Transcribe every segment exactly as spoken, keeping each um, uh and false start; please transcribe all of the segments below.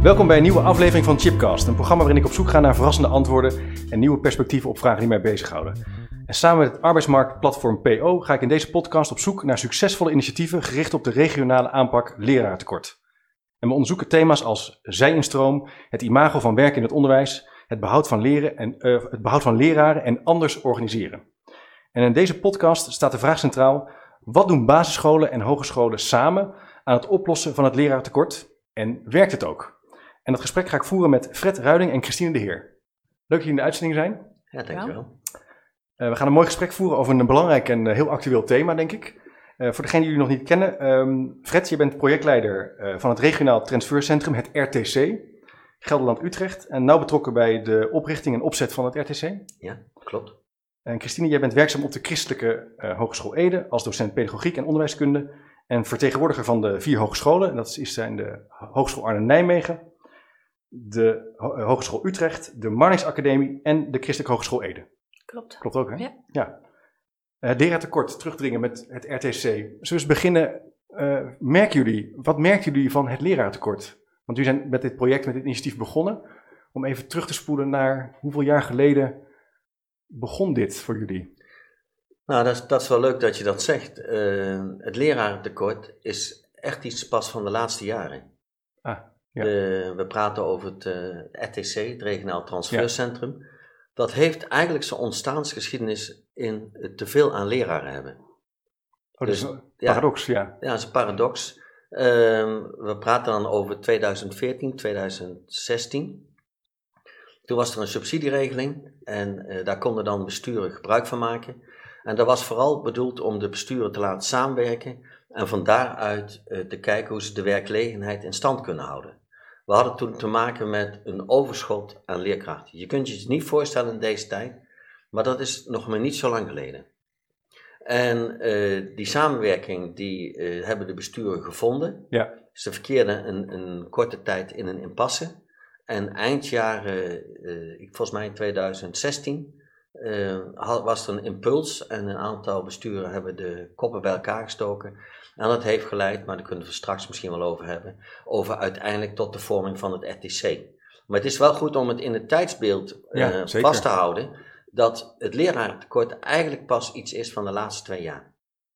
Welkom bij een nieuwe aflevering van Chipcast, een programma waarin ik op zoek ga naar verrassende antwoorden en nieuwe perspectieven op vragen die mij bezighouden. En samen met het arbeidsmarktplatform P O ga ik in deze podcast op zoek naar succesvolle initiatieven gericht op de regionale aanpak lerarentekort. En we onderzoeken thema's als zij-instroom, het imago van werken in het onderwijs, het behoud van, leren en, uh, het behoud van leraren en anders organiseren. En in deze podcast staat de vraag centraal: wat doen basisscholen en hogescholen samen aan het oplossen van het lerarentekort en werkt het ook? En dat gesprek ga ik voeren met Fred Ruiding en Christine de Heer. Leuk dat jullie in de uitzending zijn. Ja, dankjewel. Uh, we gaan een mooi gesprek voeren over een belangrijk en uh, heel actueel thema, denk ik. Uh, voor degenen die jullie nog niet kennen, um, Fred, je bent projectleider uh, van het regionaal transfercentrum, het R T C, Gelderland-Utrecht, en nauw betrokken bij de oprichting en opzet van het R T C. Ja, klopt. En Christine, jij bent werkzaam op de Christelijke uh, Hogeschool Ede als docent pedagogiek en onderwijskunde en vertegenwoordiger van de vier hogescholen. En dat zijn de Hogeschool Arnhem-Nijmegen, de Ho- Hogeschool Utrecht, de Marnix Academie en de Christelijke Hogeschool Ede. Klopt. Klopt ook, hè? Ja. ja. Het leraartekort, terugdringen met het R T C. Zullen we eens beginnen? Uh, merken jullie, wat merken jullie van het leraartekort? Want jullie zijn met dit project, met dit initiatief begonnen. Om even terug te spoelen naar hoeveel jaar geleden begon dit voor jullie? Nou, dat is, dat is wel leuk dat je dat zegt. Uh, het lerarentekort is echt iets pas van de laatste jaren. Ah, ja. De, we praten over het uh, R T C, het Regionaal Transfercentrum. Ja. Dat heeft eigenlijk zijn ontstaansgeschiedenis in het teveel aan leraren hebben. Oh, dus, dat is een paradox, ja. Ja, ja, dat is een paradox. Uh, we praten dan over twintig veertien, twintig zestien. Toen was er een subsidieregeling en uh, daar konden dan besturen gebruik van maken. En dat was vooral bedoeld om de besturen te laten samenwerken en van daaruit uh, te kijken hoe ze de werkgelegenheid in stand kunnen houden. We hadden toen te maken met een overschot aan leerkrachten. Je kunt je het niet voorstellen in deze tijd, maar dat is nog maar niet zo lang geleden. En uh, die samenwerking die uh, hebben de besturen gevonden. Ja. Ze verkeerden een, een korte tijd in een impasse. En eind jaren, uh, volgens mij in twintig zestien, uh, was er een impuls en een aantal besturen hebben de koppen bij elkaar gestoken. En dat heeft geleid, maar daar kunnen we straks misschien wel over hebben, over uiteindelijk tot de vorming van het R T C. Maar het is wel goed om het in het tijdsbeeld uh, ja, vast te houden, dat het lerarentekort eigenlijk pas iets is van de laatste twee jaar.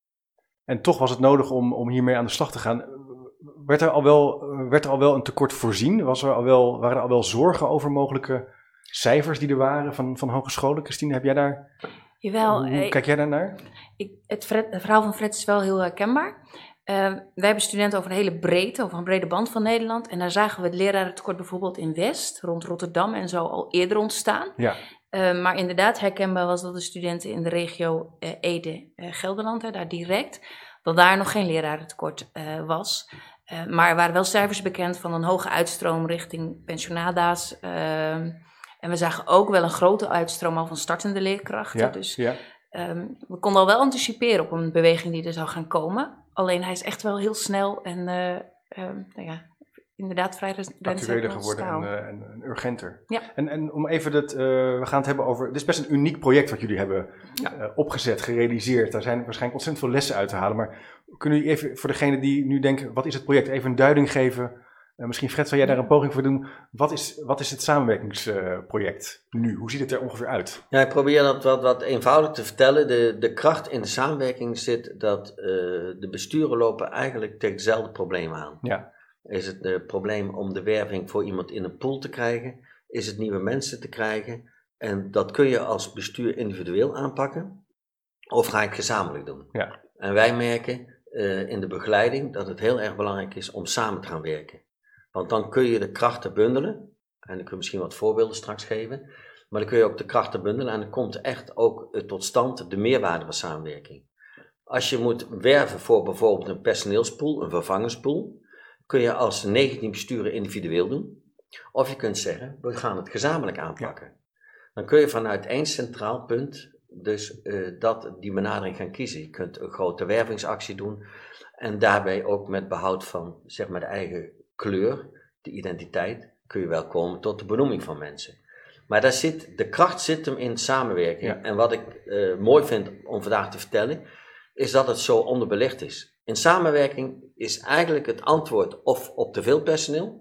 En toch was het nodig om, om hiermee aan de slag te gaan. Werd er al wel, werd er al wel een tekort voorzien? Was er al wel, waren er al wel zorgen over mogelijke cijfers die er waren van, van hogescholen? Christine, heb jij daar... Jawel. Hoe eh, kijk jij daar naar? Ik, het, Fred, het verhaal van Fred is wel heel herkenbaar. Uh, wij hebben studenten over een hele breedte, over een brede band van Nederland. En daar zagen we het lerarentekort bijvoorbeeld in West, rond Rotterdam en zo al eerder ontstaan. Ja. Uh, maar inderdaad herkenbaar was dat de studenten in de regio uh, Ede-Gelderland, uh, daar direct, dat daar nog geen lerarentekort uh, was. Uh, maar er waren wel cijfers bekend van een hoge uitstroom richting pensionada's. Uh, en we zagen ook wel een grote uitstroom al van startende leerkrachten. Ja, dus ja. Um, we konden al wel anticiperen op een beweging die er zou gaan komen. Alleen hij is echt wel heel snel en uh, um, nou ja, inderdaad vrij actueler geworden en, uh, en, en urgenter. Ja. En, en om even dat, uh, we gaan het hebben over, dit is best een uniek project wat jullie hebben ja. uh, opgezet, gerealiseerd. Daar zijn waarschijnlijk ontzettend veel lessen uit te halen. Maar kunnen jullie even, voor degenen die nu denken, wat is het project, even een duiding geven? Uh, misschien Fred, zou jij daar een poging voor doen? Wat is, wat is het samenwerkingsproject uh, nu? Hoe ziet het er ongeveer uit? Ja, ik probeer dat wat, wat eenvoudig te vertellen. De, de kracht in de samenwerking zit dat uh, de besturen lopen eigenlijk tegen hetzelfde probleem aan. Ja. Is het het probleem om de werving voor iemand in een pool te krijgen? Is het nieuwe mensen te krijgen? En dat kun je als bestuur individueel aanpakken. Of ga ik gezamenlijk doen? Ja. En wij merken uh, in de begeleiding dat het heel erg belangrijk is om samen te gaan werken. Want dan kun je de krachten bundelen. En ik kun je misschien wat voorbeelden straks geven. Maar dan kun je ook de krachten bundelen. En dan komt echt ook uh, tot stand de meerwaarde van samenwerking. Als je moet werven voor bijvoorbeeld een personeelspool, een vervangerspool, kun je als negentien besturen individueel doen. Of je kunt zeggen, we gaan het gezamenlijk aanpakken. Ja. Dan kun je vanuit één centraal punt dus uh, dat, die benadering gaan kiezen. Je kunt een grote wervingsactie doen. En daarbij ook met behoud van zeg maar de eigen kleur, de identiteit, kun je wel komen tot de benoeming van mensen. Maar daar zit, de kracht zit hem in samenwerking. Ja. En wat ik uh, mooi vind om vandaag te vertellen, is dat het zo onderbelicht is. In samenwerking is eigenlijk het antwoord of op te veel personeel,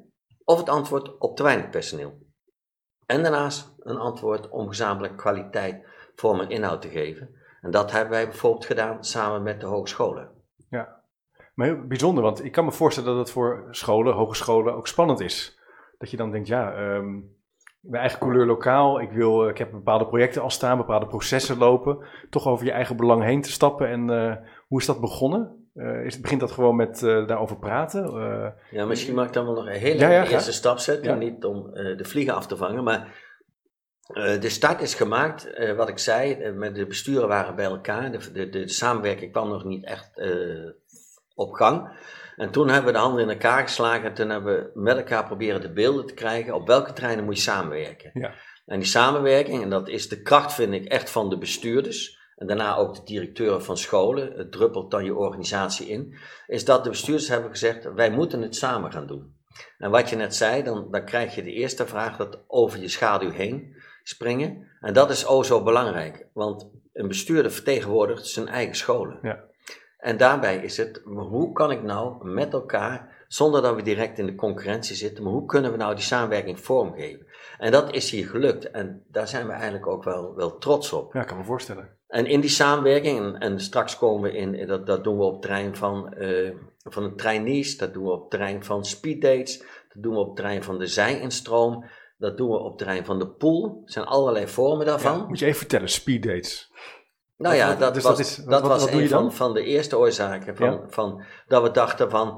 of het antwoord op te weinig personeel. En daarnaast een antwoord om gezamenlijk kwaliteit, vorm en inhoud te geven. En dat hebben wij bijvoorbeeld gedaan samen met de hogescholen. Ja, maar heel bijzonder, want ik kan me voorstellen dat het voor scholen, hogescholen ook spannend is. Dat je dan denkt, ja, um, mijn eigen couleur lokaal, ik, wil, ik heb bepaalde projecten al staan, bepaalde processen lopen. Toch over je eigen belang heen te stappen. En uh, hoe is dat begonnen? Uh, is het, begint dat gewoon met uh, daarover praten? Uh, ja, misschien mag ik dan wel nog een hele ja, ja, eerste stap zetten. Ja. Niet om uh, de vliegen af te vangen, maar uh, de start is gemaakt, uh, wat ik zei, uh, met de besturen waren bij elkaar. De, de, de, de samenwerking kwam nog niet echt uh, op gang. En toen hebben we de handen in elkaar geslagen en toen hebben we met elkaar proberen de beelden te krijgen. Op welke terreinen moet je samenwerken? Ja. En die samenwerking, en dat is de kracht vind ik echt van de bestuurders. En daarna ook de directeuren van scholen, het druppelt dan je organisatie in. Is dat de bestuurders hebben gezegd, wij moeten het samen gaan doen. En wat je net zei, dan, dan krijg je de eerste vraag, dat over je schaduw heen springen. En dat is o zo belangrijk, want een bestuurder vertegenwoordigt zijn eigen scholen. Ja. En daarbij is het, hoe kan ik nou met elkaar, zonder dat we direct in de concurrentie zitten, maar hoe kunnen we nou die samenwerking vormgeven? En dat is hier gelukt en daar zijn we eigenlijk ook wel, wel trots op. Ja, ik kan me voorstellen. En in die samenwerking, en, en straks komen we in, dat, dat doen we op het terrein van, uh, van de trainees, dat doen we op het terrein van speeddates, dat doen we op het terrein van de zij-instroom, dat doen we op het terrein van de pool. Er zijn allerlei vormen daarvan. Ja, moet je even vertellen, speeddates. Nou ja, dat dus was, dat is, wat, dat wat, was wat doe een je dan? van, van de eerste oorzaken van, Ja. van dat we dachten van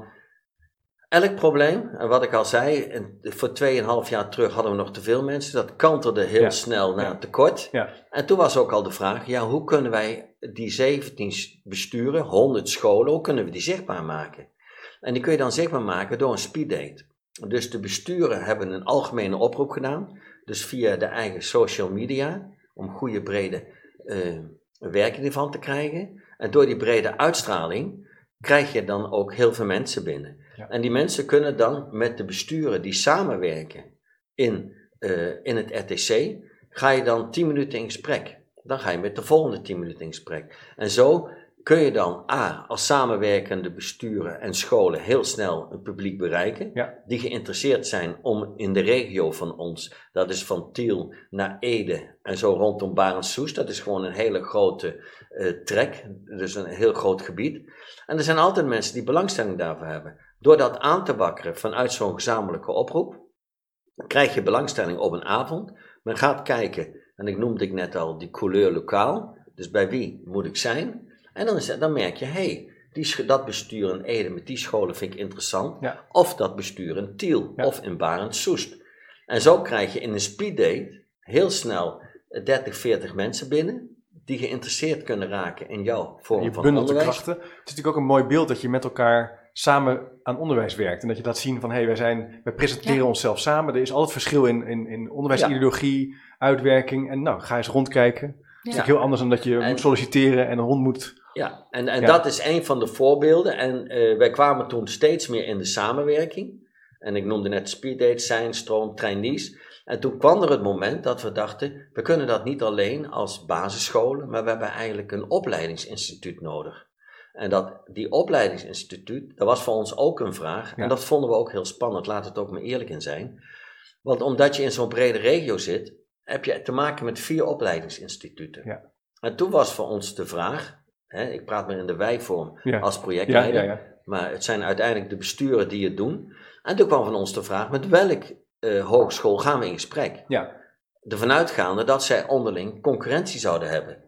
elk probleem, en wat ik al zei, en voor tweeënhalf jaar terug hadden we nog te veel mensen, dat kantelde heel Ja. snel naar Ja. een tekort. Ja. En toen was ook al de vraag, ja, hoe kunnen wij die zeventien besturen, honderd scholen, hoe kunnen we die zichtbaar maken? En die kun je dan zichtbaar maken door een speeddate. Dus de besturen hebben een algemene oproep gedaan, dus via de eigen social media, om goede brede uh, werking ervan te krijgen. En door die brede uitstraling krijg je dan ook heel veel mensen binnen. Ja. En die mensen kunnen dan met de besturen die samenwerken in, uh, in het R T C, ga je dan tien minuten in gesprek. Dan ga je met de volgende tien minuten in gesprek. En zo kun je dan A, als samenwerkende besturen en scholen heel snel een publiek bereiken, Ja. die geïnteresseerd zijn om in de regio van ons, dat is van Tiel naar Ede en zo rondom Barend-Soest, dat is gewoon een hele grote uh, trek, dus een heel groot gebied. En er zijn altijd mensen die belangstelling daarvoor hebben. Door dat aan te wakkeren vanuit zo'n gezamenlijke oproep, krijg je belangstelling op een avond. Men gaat kijken, en ik noemde ik net al die couleur lokaal, dus bij wie moet ik zijn? En dan, is, dan merk je, hé, hey, dat bestuur in Ede met die scholen vind ik interessant. Ja. Of dat bestuur in Tiel, Ja. of in Barend-Soest. En zo krijg je in een speeddate heel snel dertig, veertig mensen binnen, die geïnteresseerd kunnen raken in jouw vorm Je van bundelt de onderwijs. krachten. Het is natuurlijk ook een mooi beeld dat je met elkaar samen aan onderwijs werkt. En dat je laat zien van, hé, hey, wij, zijn, wij presenteren Ja. onszelf samen. Er is altijd verschil in, in, in onderwijsideologie, uitwerking. En nou, ga eens rondkijken. Het is Ja. ook heel anders dan dat je En- moet solliciteren en een rond moet... Ja, en, en Ja. dat is een van de voorbeelden. En uh, wij kwamen toen steeds meer in de samenwerking. En ik noemde net speeddates, zijnstroom, trainees. En toen kwam er het moment dat we dachten, we kunnen dat niet alleen als basisscholen, maar we hebben eigenlijk een opleidingsinstituut nodig. En dat, die opleidingsinstituut, dat was voor ons ook een vraag. Ja. En dat vonden we ook heel spannend, laat het ook maar eerlijk in zijn. Want omdat je in zo'n brede regio zit, heb je te maken met vier opleidingsinstituten. Ja. En toen was voor ons de vraag, hè, ik praat maar in de wij-vorm Ja. als Ja, projectleider, ja, ja. maar het zijn uiteindelijk de besturen die het doen. En toen kwam van ons de vraag, met welke uh, hogeschool gaan we in gesprek? Ja. Ervan uitgaande dat zij onderling concurrentie zouden hebben.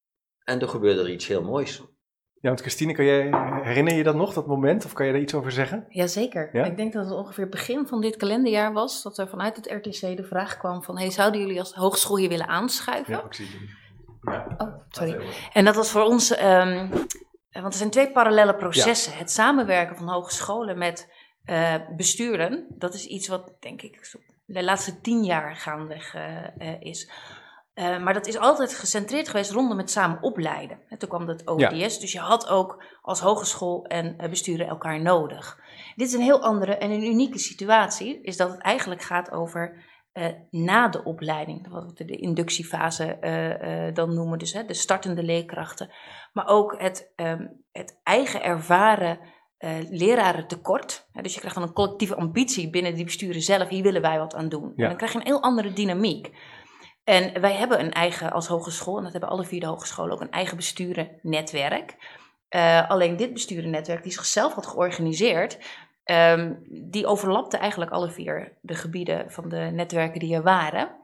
En toen gebeurde er iets heel moois. Ja, want Christine, kan jij, herinner je dat nog, dat moment? Of kan je daar iets over zeggen? Jazeker. Ja? Ik denk dat het ongeveer begin van dit kalenderjaar was, dat er vanuit het R T C de vraag kwam van, hey, zouden jullie als hogeschool hier willen aanschuiven? Ja, ik zie het. Ja. Oh, sorry. En dat was voor ons, um, want er zijn twee parallele processen. Ja. Het samenwerken van hogescholen met uh, besturen, dat is iets wat, denk ik, de laatste tien jaar gaandeweg uh, uh, is. Uh, maar dat is altijd gecentreerd geweest rondom het samen opleiden. En toen kwam dat O D S, ja. Dus je had ook als hogeschool en uh, besturen elkaar nodig. Dit is een heel andere en een unieke situatie, is dat het eigenlijk gaat over uh, na de opleiding. Wat we de inductiefase uh, uh, dan noemen, dus hè, de startende leerkrachten. Maar ook het, um, het eigen ervaren uh, lerarentekort. Uh, dus je krijgt dan een collectieve ambitie binnen die besturen zelf. Hier willen wij wat aan doen. Ja. En dan krijg je een heel andere dynamiek. En wij hebben een eigen, als hogeschool, en dat hebben alle vier de hogescholen ook, een eigen bestuurennetwerk. Uh, alleen dit bestuurennetwerk, die zichzelf had georganiseerd, um, die overlapte eigenlijk alle vier de gebieden van de netwerken die er waren.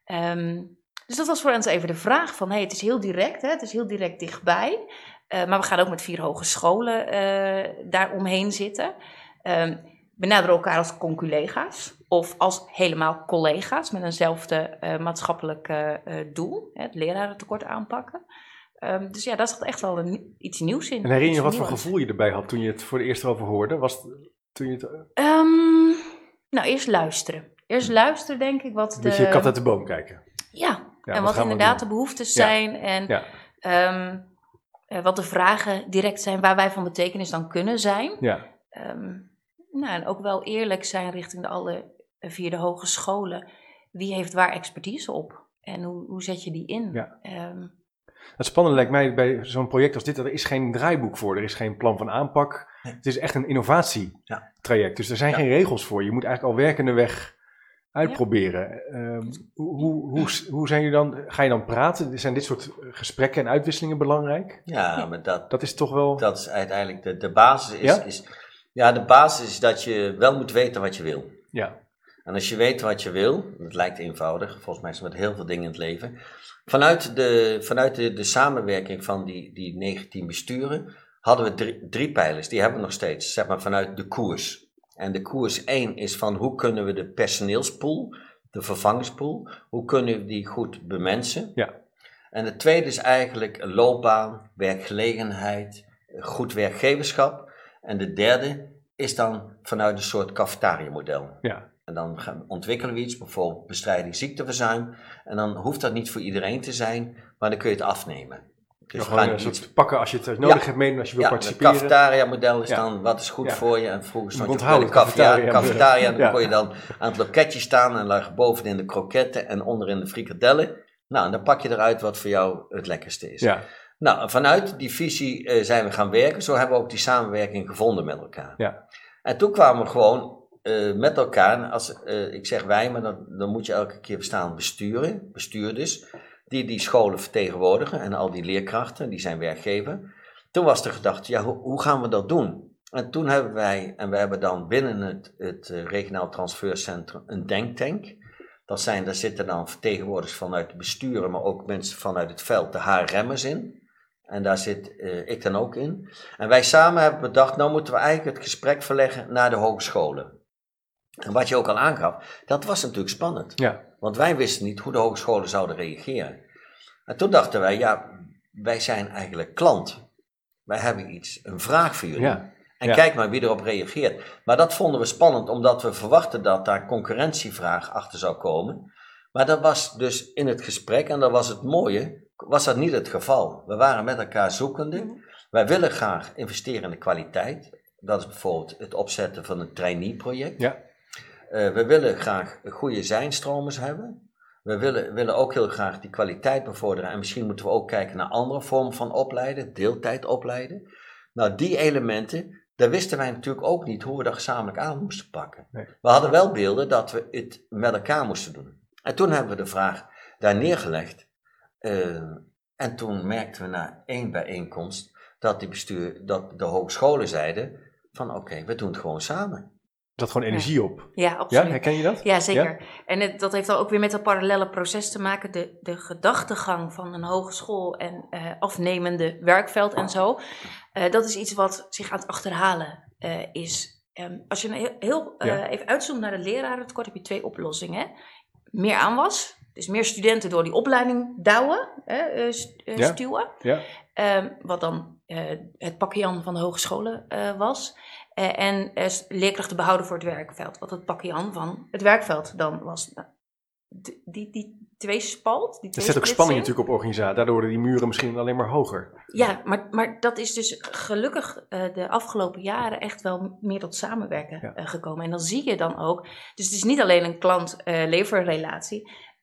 Um, dus dat was voor ons even de vraag van, hey, het is heel direct, hè, het is heel direct dichtbij. Uh, maar we gaan ook met vier hogescholen uh, daar omheen zitten. Um, benaderen elkaar als conculega's of als helemaal collega's met eenzelfde uh, maatschappelijk uh, doel, hè, het lerarentekort aanpakken. Um, dus ja, daar zat echt wel een, iets nieuws in. En herinner je wat voor gevoel je erbij had toen je het voor de eerste over hoorde? Was het, toen je het... Um, nou, eerst luisteren. Eerst luisteren, denk ik, wat de... Een beetje kat uit de boom kijken. Ja, ja en wat, wat inderdaad de behoeftes zijn ja. en ja. Um, uh, wat de vragen direct zijn waar wij van betekenis dan kunnen zijn. Ja. Um, nou, en ook wel eerlijk zijn richting de alle vier de hogescholen. Wie heeft waar expertise op? En hoe, hoe zet je die in? Ja. Um, Het spannende lijkt mij bij zo'n project als dit, er is geen draaiboek voor, er is geen plan van aanpak. Nee. Het is echt een innovatietraject, ja. Dus er zijn ja. geen regels voor. Je moet eigenlijk al werkende weg uitproberen. Ja. Uh, hoe, hoe, hoe, hoe zijn jullie dan, ga je dan praten? Zijn dit soort gesprekken en uitwisselingen belangrijk? Ja, ja. maar dat, dat is toch wel... Dat is uiteindelijk de, de basis. Is, ja? Is, ja, de basis is dat je wel moet weten wat je wil. Ja. En als je weet wat je wil, dat lijkt eenvoudig, volgens mij is het met heel veel dingen in het leven. Vanuit de, vanuit de, de samenwerking van die, die negentien besturen hadden we drie, drie pijlers, die hebben we nog steeds, zeg maar vanuit de koers. En de koers één is van hoe kunnen we de personeelspool, de vervangingspool, hoe kunnen we die goed bemensen. Ja. En de tweede is eigenlijk loopbaan, werkgelegenheid, goed werkgeverschap. En de derde is dan vanuit een soort cafetaria-model. Ja. En dan gaan, ontwikkelen we iets, bijvoorbeeld bestrijding ziekteverzuim. En dan hoeft dat niet voor iedereen te zijn, maar dan kun je het afnemen. Dus gewoon een soort iets... pakken als je het nodig ja. hebt mee, als je wil ja, participeren. Het cafetaria-model is ja. dan, wat is goed ja. voor je? En vroeger stond je bij de cafetaria, cafetaria en dan ja. kon je dan aan het loketje staan en lag bovenin de kroketten en onderin de frikadellen. Nou, en dan pak je eruit wat voor jou het lekkerste is. Ja. Nou, vanuit die visie uh, zijn we gaan werken. Zo hebben we ook die samenwerking gevonden met elkaar. Ja. En toen kwamen we gewoon uh, met elkaar, als, uh, ik zeg wij, maar dan, dan moet je elke keer bestaan besturen, bestuurders, die die scholen vertegenwoordigen en al die leerkrachten, die zijn werkgever. Toen was de gedachte, ja, hoe, hoe gaan we dat doen? En toen hebben wij, en we hebben dan binnen het, het uh, regionaal transfercentrum een denktank. Dat zijn, daar zitten dan vertegenwoordigers vanuit de besturen, maar ook mensen vanuit het veld, de H R M'ers in. En daar zit uh, ik dan ook in. En wij samen hebben bedacht, nou moeten we eigenlijk het gesprek verleggen naar de hogescholen. En wat je ook al aangaf, dat was natuurlijk spannend. Ja. Want wij wisten niet hoe de hogescholen zouden reageren. En toen dachten wij, ja, wij zijn eigenlijk klant. Wij hebben iets, een vraag voor jullie. Ja. En ja. kijk maar wie erop reageert. Maar dat vonden we spannend, omdat we verwachten dat daar concurrentievraag achter zou komen. Maar dat was dus in het gesprek, en dat was het mooie, was dat niet het geval. We waren met elkaar zoekende. Wij willen graag investeren in de kwaliteit. Dat is bijvoorbeeld het opzetten van een trainee-project. Ja. Uh, we willen graag goede zijnstromers hebben. We willen, willen ook heel graag die kwaliteit bevorderen. En misschien moeten we ook kijken naar andere vormen van opleiden, deeltijd opleiden. Nou, die elementen, daar wisten wij natuurlijk ook niet hoe we dat gezamenlijk aan moesten pakken. Nee. We hadden wel beelden dat we het met elkaar moesten doen. En toen hebben we de vraag daar neergelegd. Uh, en toen merkten we na één bijeenkomst dat, die bestuur, dat de hogescholen zeiden van oké, okay, we doen het gewoon samen. Dat gewoon energie ja. op. Ja, absoluut. Ja, herken je dat? Ja, zeker. Ja? En het, dat heeft dan ook weer met dat parallelle proces te maken. De, de gedachtegang van een hogeschool en uh, afnemende werkveld en zo. Uh, dat is iets wat zich aan het achterhalen uh, is. Um, als je heel, heel uh, ja. even uitzoomt naar het lerarentekort, heb je twee oplossingen. Hè? Meer aanwas. Dus meer studenten door die opleiding douwen, hè, st- uh, ja. stuwen. Ja. Um, wat dan uh, het pakjan van de hogescholen uh, was. Uh, en uh, leerkrachten behouden voor het werkveld. Wat het pakjan van het werkveld dan was. Nou, die, die, die twee spalt. Die twee er zit ook spanning natuurlijk op organisatie. Daardoor worden die muren misschien alleen maar hoger. Ja, maar, maar dat is dus gelukkig uh, de afgelopen jaren echt wel meer tot samenwerken ja. uh, gekomen. En dan zie je dan ook. Dus het is niet alleen een klant-leverrelatie.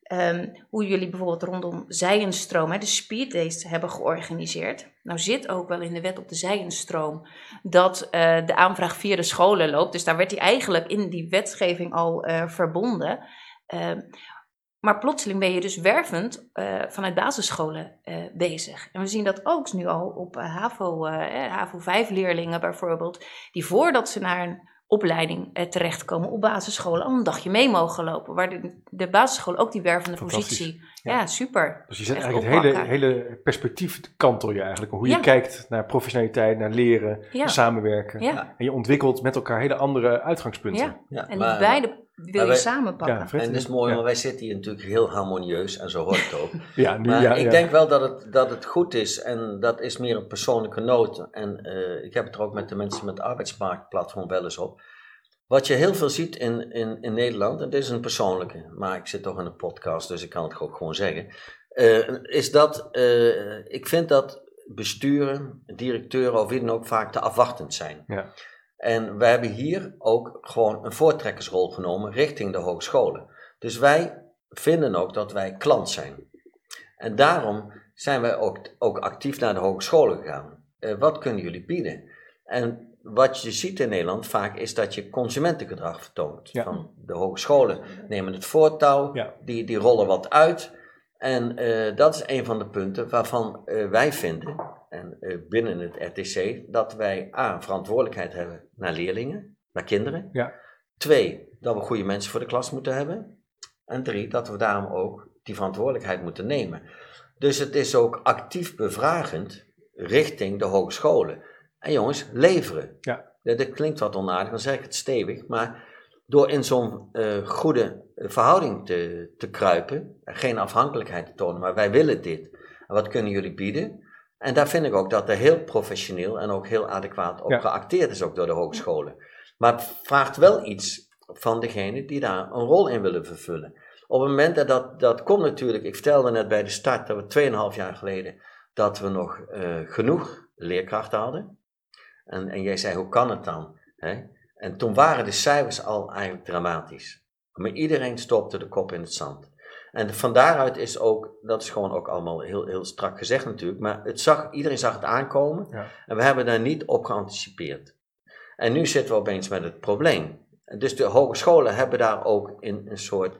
Um, hoe jullie bijvoorbeeld rondom Zijenstroom, hè, de Speed Days hebben georganiseerd. Nou zit ook wel in de wet op de Zijenstroom dat uh, de aanvraag via de scholen loopt. Dus daar werd die eigenlijk in die wetgeving al uh, verbonden. Uh, maar plotseling ben je dus wervend uh, vanuit basisscholen uh, bezig. En we zien dat ook nu al op uh, HAVO, uh, HAVO vijf leerlingen bijvoorbeeld, die voordat ze naar een opleiding uh, terechtkomen op basisscholen al een dagje mee mogen lopen. Waar de, de basisschool ook die wervende positie. Ja. ja, super. Dus je zet eigenlijk het hele, hele perspectief kantel je eigenlijk. Hoe je ja. kijkt naar professionaliteit, naar leren, ja. samenwerken. Ja. En je ontwikkelt met elkaar hele andere uitgangspunten. Ja, ja. en die maar, beide wil je wij, samenpakken. Ja, en dat is mooi, ja. want wij zitten hier natuurlijk heel harmonieus en zo hoort het ook. ja, nu, maar ja, ik ja. denk wel dat het, dat het goed is en dat is meer een persoonlijke noot. En uh, ik heb het er ook met de mensen met het arbeidsmarktplatform wel eens op. Wat je heel veel ziet in, in, in Nederland, en dit is een persoonlijke, maar ik zit toch in een podcast, dus ik kan het ook gewoon zeggen, uh, is dat uh, ik vind dat besturen, directeuren of wie dan ook vaak te afwachtend zijn. Ja. En wij hebben hier ook gewoon een voortrekkersrol genomen richting de hogescholen. Dus wij vinden ook dat wij klant zijn. En daarom zijn wij ook, ook actief naar de hogescholen gegaan. Uh, wat kunnen jullie bieden? En wat je ziet in Nederland vaak is dat je consumentengedrag vertoont. Ja. Van de hogescholen nemen het voortouw, ja. die, die rollen wat uit. En uh, dat is een van de punten waarvan uh, wij vinden, en uh, binnen het R T C, dat wij a, verantwoordelijkheid hebben naar leerlingen, naar kinderen. Ja. Twee, dat we goede mensen voor de klas moeten hebben. En drie, dat we daarom ook die verantwoordelijkheid moeten nemen. Dus het is ook actief bevragend richting de hogescholen. En jongens, leveren. Ja. Dat, dat klinkt wat onaardig, dan zeg ik het stevig, maar door in zo'n uh, goede verhouding te, te kruipen, geen afhankelijkheid te tonen, maar wij willen dit. En wat kunnen jullie bieden? En daar vind ik ook dat er heel professioneel en ook heel adequaat op ja. geacteerd is, ook door de hogescholen. Maar het vraagt wel iets van degene die daar een rol in willen vervullen. Op het moment dat dat, dat komt natuurlijk, ik vertelde net bij de start, dat we tweeënhalf jaar geleden, dat we nog uh, genoeg leerkrachten hadden. En, en jij zei, hoe kan het dan? Hè? En toen waren de cijfers al eigenlijk dramatisch. Maar iedereen stopte de kop in het zand. En van daaruit is ook, dat is gewoon ook allemaal heel, heel strak gezegd natuurlijk, maar het zag, iedereen zag het aankomen ja. en we hebben daar niet op geanticipeerd. En nu zitten we opeens met het probleem. Dus de hogescholen hebben daar ook in een soort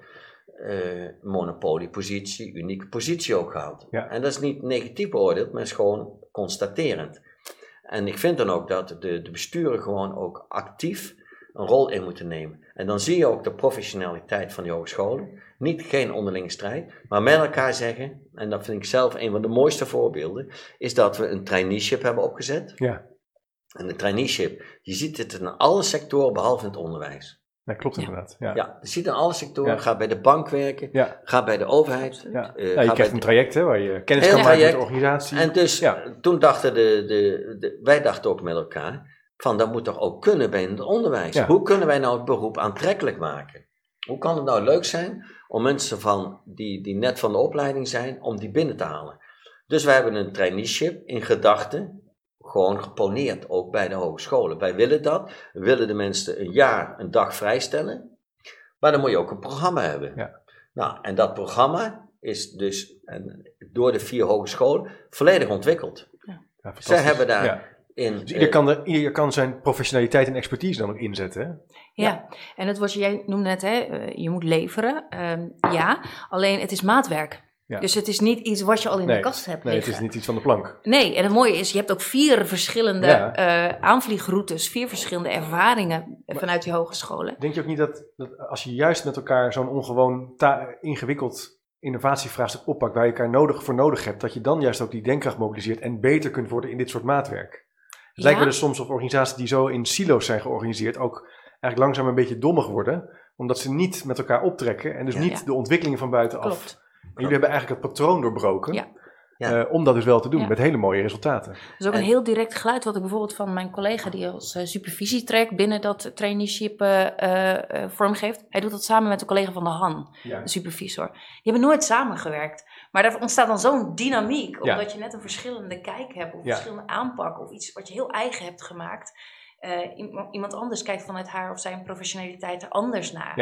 uh, monopoliepositie, unieke positie ook gehad. Ja. En dat is niet negatief beoordeeld, maar is gewoon constaterend. En ik vind dan ook dat de, de besturen gewoon ook actief een rol in moeten nemen. En dan zie je ook de professionaliteit van die hogescholen. Niet geen onderlinge strijd, maar met elkaar zeggen, en dat vind ik zelf een van de mooiste voorbeelden, is dat we een traineeship hebben opgezet. Ja. En een traineeship, je ziet het in alle sectoren behalve in het onderwijs. Dat klopt inderdaad. Ja, ja je ziet in alle sectoren, ja. ga bij de bank werken, ja. ga bij de overheid. Ja. Uh, ja, je krijgt een traject hè, waar je kennis kan maken met de organisatie. En dus ja. toen dachten de, de, de, wij dachten ook met elkaar, van dat moet toch ook kunnen bij het onderwijs. Ja. Hoe kunnen wij nou het beroep aantrekkelijk maken? Hoe kan het nou leuk zijn om mensen van die, die net van de opleiding zijn, om die binnen te halen? Dus wij hebben een traineeship in gedachten, gewoon geponeerd ook bij de hogescholen. Wij willen dat, we willen de mensen een jaar, een dag vrijstellen, maar dan moet je ook een programma hebben. Ja. Nou, en dat programma is dus en, door de vier hogescholen volledig ontwikkeld. Ja. Ja, Zij hebben daar... Ja. In, dus ieder, kan de, ieder kan zijn professionaliteit en expertise dan ook inzetten. Hè? Ja. ja, en het wat jij noemde net, hè, je moet leveren. Um, ja, alleen het is maatwerk. Ja. Dus het is niet iets wat je al in nee, de kast hebt Nee, liggen. het is niet iets van de plank. Nee, en het mooie is, je hebt ook vier verschillende ja. uh, aanvliegroutes, vier verschillende ervaringen maar vanuit die hogescholen. Denk je ook niet dat, dat als je juist met elkaar zo'n ongewoon ta- ingewikkeld innovatievraagstuk oppakt, waar je elkaar nodig voor nodig hebt, dat je dan juist ook die denkkracht mobiliseert en beter kunt worden in dit soort maatwerk? Het lijkt me dus soms of organisaties die zo in silo's zijn georganiseerd ook eigenlijk langzaam een beetje dommig worden, omdat ze niet met elkaar optrekken en dus ja, niet ja. de ontwikkelingen van buitenaf. Klopt. En jullie hebben eigenlijk het patroon doorbroken, ja. uh, om dat dus wel te doen, ja. met hele mooie resultaten. Dat is ook een heel direct geluid wat ik bijvoorbeeld van mijn collega die als uh, supervisietrack binnen dat traineeship uh, uh, vormgeeft. Hij doet dat samen met de collega van de Han, ja. de supervisor. Die hebben nooit samengewerkt. Maar daar ontstaat dan zo'n dynamiek, omdat ja. je net een verschillende kijk hebt, of een ja. verschillende aanpak, of iets wat je heel eigen hebt gemaakt. Uh, iemand anders kijkt vanuit haar of zijn professionaliteit er anders naar. Ja.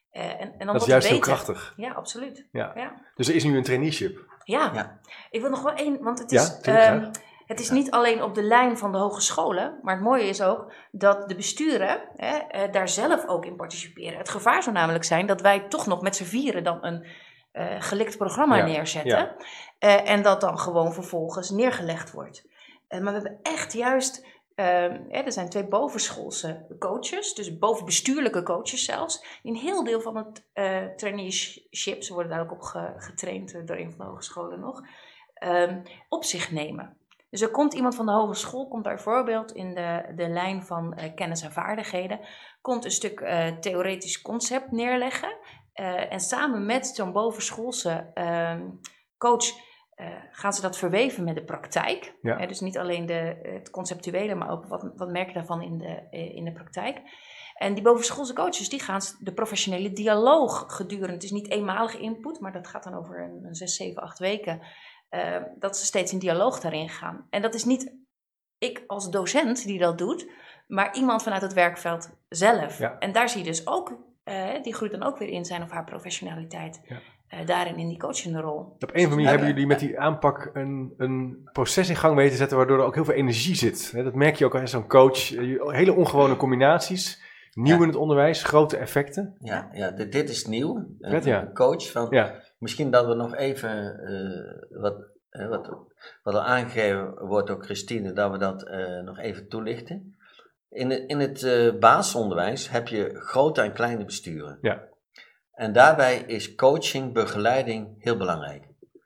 Uh, en, en dan dat is juist beter. heel krachtig. Ja, absoluut. Ja. Ja. Dus er is nu een traineeship. Ja. ja. Ik wil nog wel één, want het is, ja, um, het is ja. niet alleen op de lijn van de hogescholen, maar het mooie is ook dat de besturen hè, uh, daar zelf ook in participeren. Het gevaar zou namelijk zijn dat wij toch nog met z'n vieren dan een uh, gelikt programma ja. neerzetten ja. uh, en dat dan gewoon vervolgens neergelegd wordt. Uh, maar we hebben echt juist... Uh, hè, er zijn twee bovenschoolse coaches, dus bovenbestuurlijke coaches zelfs, die een heel deel van het uh, traineeship, ze worden daar ook op ge, getraind uh, door een van de hogescholen nog, uh, op zich nemen. Dus er komt iemand van de hogeschool, komt bijvoorbeeld in de, de lijn van uh, kennis en vaardigheden, komt een stuk uh, theoretisch concept neerleggen uh, en samen met zo'n bovenschoolse uh, coach Uh, gaan ze dat verweven met de praktijk. Ja. Uh, dus niet alleen de, het conceptuele, maar ook wat, wat merk je daarvan in de, uh, in de praktijk. En die bovenschoolse coaches, die gaan de professionele dialoog gedurende. Het is niet eenmalige input, maar dat gaat dan over een, een zes, zeven, acht weken. Uh, dat ze steeds in dialoog daarin gaan. En dat is niet ik als docent die dat doet, maar iemand vanuit het werkveld zelf. Ja. En daar zie je dus ook, uh, die groeit dan ook weer in zijn of haar professionaliteit. Ja. Uh, daarin in die coachende rol. Op een of andere manier hebben jullie met die aanpak een, een proces in gang weten te zetten waardoor er ook heel veel energie zit. Dat merk je ook als zo'n coach. Hele ongewone combinaties, nieuw ja. in het onderwijs, grote effecten. Ja, ja dit, dit is nieuw. Vet, ja. Een coach van, ja. misschien dat we nog even, uh, wat, uh, wat, wat al aangegeven wordt door Christine, dat we dat uh, nog even toelichten. In het, in het uh, basisonderwijs heb je grote en kleine besturen. Ja. En daarbij is coaching, begeleiding heel belangrijk.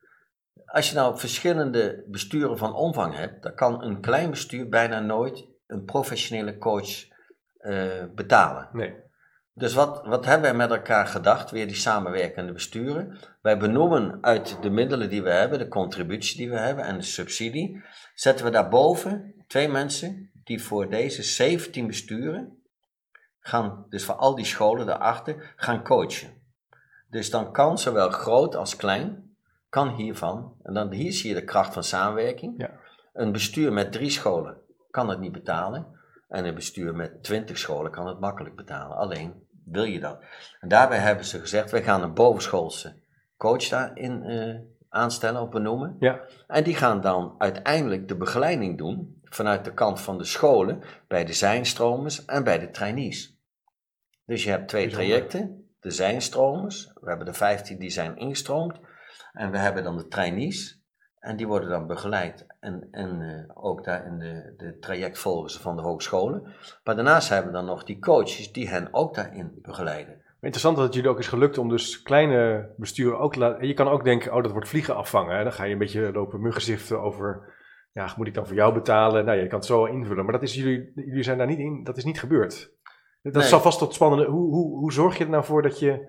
Als je nou verschillende besturen van omvang hebt, dan kan een klein bestuur bijna nooit een professionele coach uh, betalen. Nee. Dus wat, wat hebben wij met elkaar gedacht, weer die samenwerkende besturen? Wij benoemen uit de middelen die we hebben, de contributie die we hebben en de subsidie, zetten we daarboven twee mensen die voor deze zeventien besturen gaan, dus voor al die scholen daarachter, gaan coachen. Dus dan kan zowel groot als klein, kan hiervan, en dan hier zie je de kracht van samenwerking. Ja. Een bestuur met drie scholen kan het niet betalen. En een bestuur met twintig scholen kan het makkelijk betalen. Alleen, wil je dat? En daarbij hebben ze gezegd, wij gaan een bovenschoolse coach daarin uh, aanstellen of benoemen. Ja. En die gaan dan uiteindelijk de begeleiding doen, vanuit de kant van de scholen, bij de zijnstromers en bij de trainees. Dus je hebt twee trajecten. De zijnstromers, we hebben er vijftien die zijn ingestroomd en we hebben dan de trainees en die worden dan begeleid en, en uh, ook daar in de, de trajectvolgers van de hogescholen. Maar daarnaast hebben we dan nog die coaches die hen ook daarin begeleiden. Interessant dat het jullie ook is gelukt om dus kleine besturen ook te laten. Je kan ook denken, oh dat wordt vliegen afvangen. Hè? Dan ga je een beetje lopen muggenziften over, ja moet ik dan voor jou betalen? Nou je kan het zo invullen, maar dat is jullie, jullie zijn daar niet in, dat is niet gebeurd. Dat nee. zal vast tot spannende. Hoe, hoe, hoe zorg je er nou voor dat je,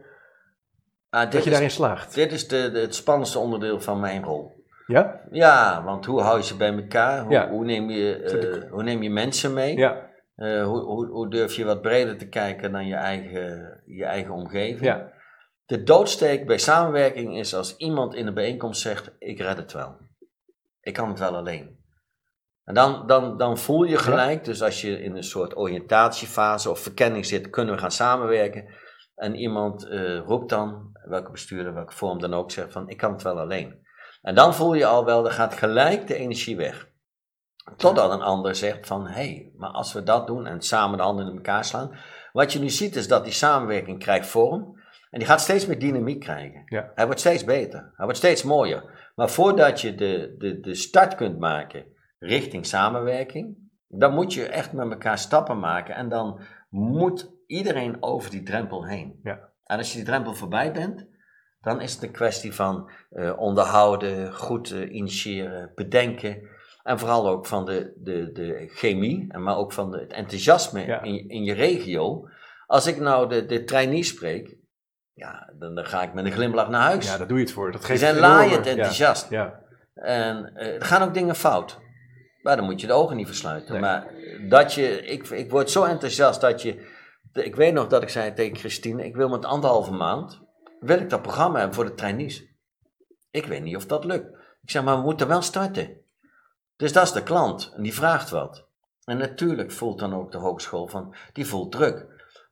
ah, dat je daarin is, slaagt? Dit is de, de, het spannendste onderdeel van mijn rol. Ja? Ja, want hoe hou je ze bij elkaar? Hoe, ja. hoe, neem, je, uh, hoe neem je mensen mee? Ja. Uh, hoe, hoe, hoe durf je wat breder te kijken dan je eigen, je eigen omgeving? Ja. De doodsteek bij samenwerking is als iemand in een bijeenkomst zegt, ik red het wel. Ik kan het wel alleen. En dan, dan, dan voel je gelijk, dus als je in een soort oriëntatiefase of verkenning zit, kunnen we gaan samenwerken. En iemand uh, roept dan, welke bestuurder, welke vorm dan ook, zegt van, ik kan het wel alleen. En dan voel je al wel, er gaat gelijk de energie weg. Totdat een ander zegt van, hé, hey, maar als we dat doen en samen de handen in elkaar slaan. Wat je nu ziet is dat die samenwerking krijgt vorm. En die gaat steeds meer dynamiek krijgen. Ja. Hij wordt steeds beter, hij wordt steeds mooier. Maar voordat je de, de, de start kunt maken richting samenwerking, dan moet je echt met elkaar stappen maken. En dan moet iedereen over die drempel heen. Ja. En als je die drempel voorbij bent, dan is het een kwestie van uh, onderhouden, goed uh, initiëren, bedenken. En vooral ook van de, de, de chemie, maar ook van de, het enthousiasme ja. in, in je regio. Als ik nou de, de trainees spreek, ja, dan, dan ga ik met een glimlach naar huis. Ja, daar doe je het voor. Dat Die geeft zijn enorme... laaiend enthousiast. Ja. Ja. En uh, er gaan ook dingen fout. Maar dan moet je de ogen niet versluiten. Nee. Maar dat je, ik, ik word zo enthousiast dat je, ik weet nog dat ik zei tegen Christine, ik wil met anderhalve maand, wil ik dat programma hebben voor de trainees. Ik weet niet of dat lukt. Ik zeg, maar we moeten wel starten. Dus dat is de klant en die vraagt wat. En natuurlijk voelt dan ook de hogeschool van, die voelt druk.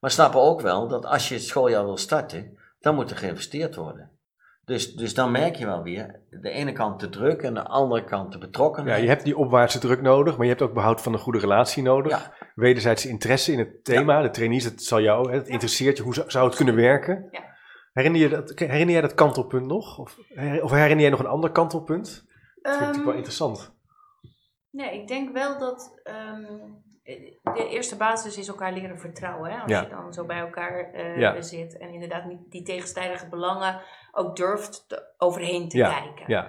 Maar snappen ook wel dat als je het schooljaar wil starten, dan moet er geïnvesteerd worden. Dus, dus dan merk je wel weer, de ene kant de druk en de andere kant de betrokkenheid. Ja, je hebt die opwaartse druk nodig, maar je hebt ook behoud van een goede relatie nodig. Ja. Wederzijdse interesse in het thema, Ja. de trainees, het zal jou, het interesseert je, hoe zou, zou het kunnen werken? Ja. Herinner, je dat, herinner jij dat kantelpunt nog? Of, of herinner jij nog een ander kantelpunt? Dat vind ik natuurlijk wel Ehm, interessant. Nee, ik denk wel dat um, de eerste basis is elkaar leren vertrouwen. Hè? Als Ja. je dan zo bij elkaar uh, Ja. zit en inderdaad niet die tegenstrijdige belangen ook durft te, overheen te Ja. kijken. Ja.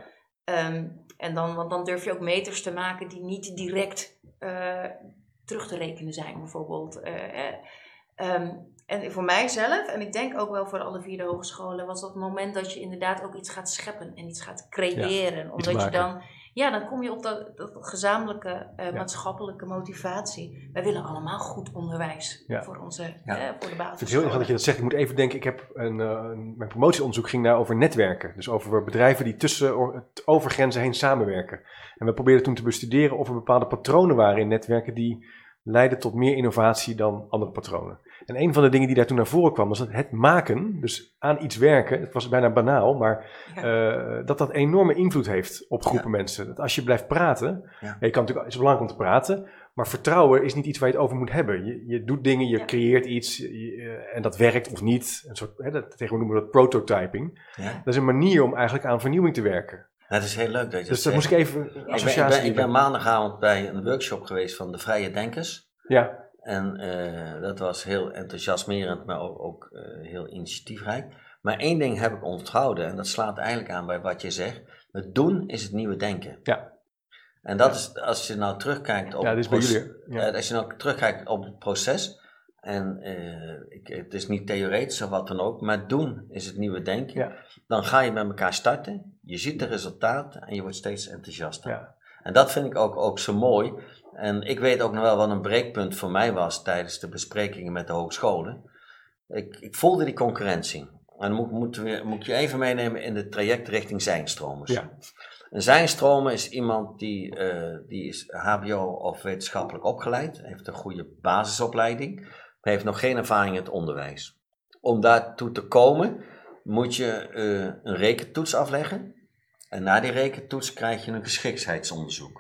Um, en dan, want dan durf je ook meters te maken die niet direct uh, terug te rekenen zijn, bijvoorbeeld. Uh, eh, um, en voor mijzelf, en ik denk ook wel voor alle vier de hogescholen, was dat het moment dat je inderdaad ook iets gaat scheppen en iets gaat creëren. Ja, omdat iets je dan, ja, dan kom je op dat, dat gezamenlijke uh, ja. maatschappelijke motivatie. Wij willen allemaal goed onderwijs Ja. voor onze, Ja. uh, voor de Ik vind het heel basisscholen. interessant dat je dat zegt. Ik moet even denken, ik heb een, uh, een mijn promotieonderzoek ging daar over netwerken. Dus over bedrijven die tussen or, over grenzen heen samenwerken. En we probeerden toen te bestuderen of er bepaalde patronen waren in netwerken die leiden tot meer innovatie dan andere patronen. En een van de dingen die daar toen naar voren kwam, was dat het maken, dus aan iets werken, het was bijna banaal, maar uh, dat dat enorme invloed heeft op groepen ja. mensen. Dat als je blijft praten, ja. Ja, je kan natuurlijk, het is belangrijk om te praten, maar vertrouwen is niet iets waar je het over moet hebben. Je, je doet dingen, je ja. creëert iets je, uh, en dat werkt of niet. Een soort, hè, dat, tegenwoordig noemen we dat prototyping. Ja. Dat is een manier om eigenlijk aan vernieuwing te werken. Ja, dat is heel leuk dat je Dus dat dat moest ik even associatie ik ben, ik ben, ik ben maandagavond bij een workshop geweest van de Vrije Denkers. Ja. En uh, dat was heel enthousiasmerend, maar ook, ook uh, heel initiatiefrijk. Maar één ding heb ik onthouden, en dat slaat eigenlijk aan bij wat je zegt. Het doen is het nieuwe denken. Ja. En dat is, als je nou terugkijkt op, ja, het, proces, ja. uh, als je nou terugkijkt op het proces, en uh, ik, het is niet theoretisch of wat dan ook, maar doen is het nieuwe denken. Ja. Dan ga je met elkaar starten, je ziet de resultaten en je wordt steeds enthousiaster. Ja. En dat vind ik ook, ook zo mooi. En ik weet ook nog wel wat een breekpunt voor mij was tijdens de besprekingen met de hogescholen. Ik, ik voelde die concurrentie. En dan moet, moet, moet ik je even meenemen in het traject richting zijnstromers. Ja. Een zijnstromer is iemand die, uh, die is H B O of wetenschappelijk opgeleid, heeft een goede basisopleiding, maar heeft nog geen ervaring in het onderwijs. Om daartoe te komen moet je uh, een rekentoets afleggen. En na die rekentoets krijg je een geschiktheidsonderzoek.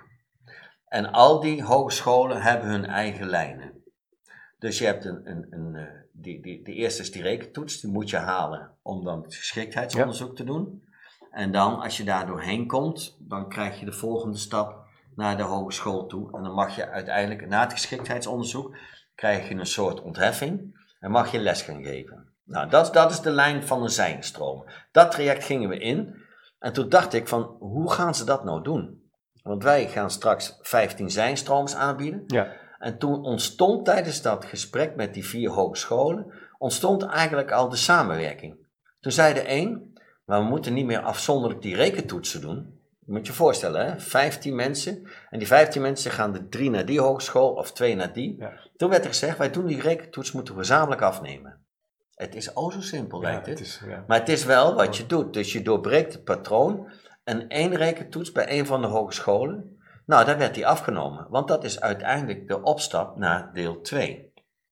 En al die hogescholen hebben hun eigen lijnen. Dus je hebt een, een, een die, die, de eerste is die rekentoets, die moet je halen om dan het geschiktheidsonderzoek ja. te doen. En dan, als je daar doorheen komt, dan krijg je de volgende stap naar de hogeschool toe. En dan mag je uiteindelijk, na het geschiktheidsonderzoek, krijg je een soort ontheffing en mag je les gaan geven. Nou, dat, dat is de lijn van een zijnstroom. Dat traject gingen we in. En toen dacht ik van, hoe gaan ze dat nou doen? Want wij gaan straks vijftien zijnstromers aanbieden. Ja. En toen ontstond tijdens dat gesprek met die vier hogescholen, ontstond eigenlijk al de samenwerking. Toen zei de één, maar we moeten niet meer afzonderlijk die rekentoetsen doen. Je moet je voorstellen, hè? vijftien mensen. En die vijftien mensen gaan de drie naar die hogeschool of twee naar die. Ja. Toen werd er gezegd, wij doen die rekentoets, moeten we gezamenlijk afnemen. Het is o zo simpel, ja, lijkt het. het is, ja. Maar het is wel wat je doet. Dus je doorbreekt het patroon. En één rekentoets bij een van de hogescholen, nou, daar werd die afgenomen. Want dat is uiteindelijk de opstap naar deel twee.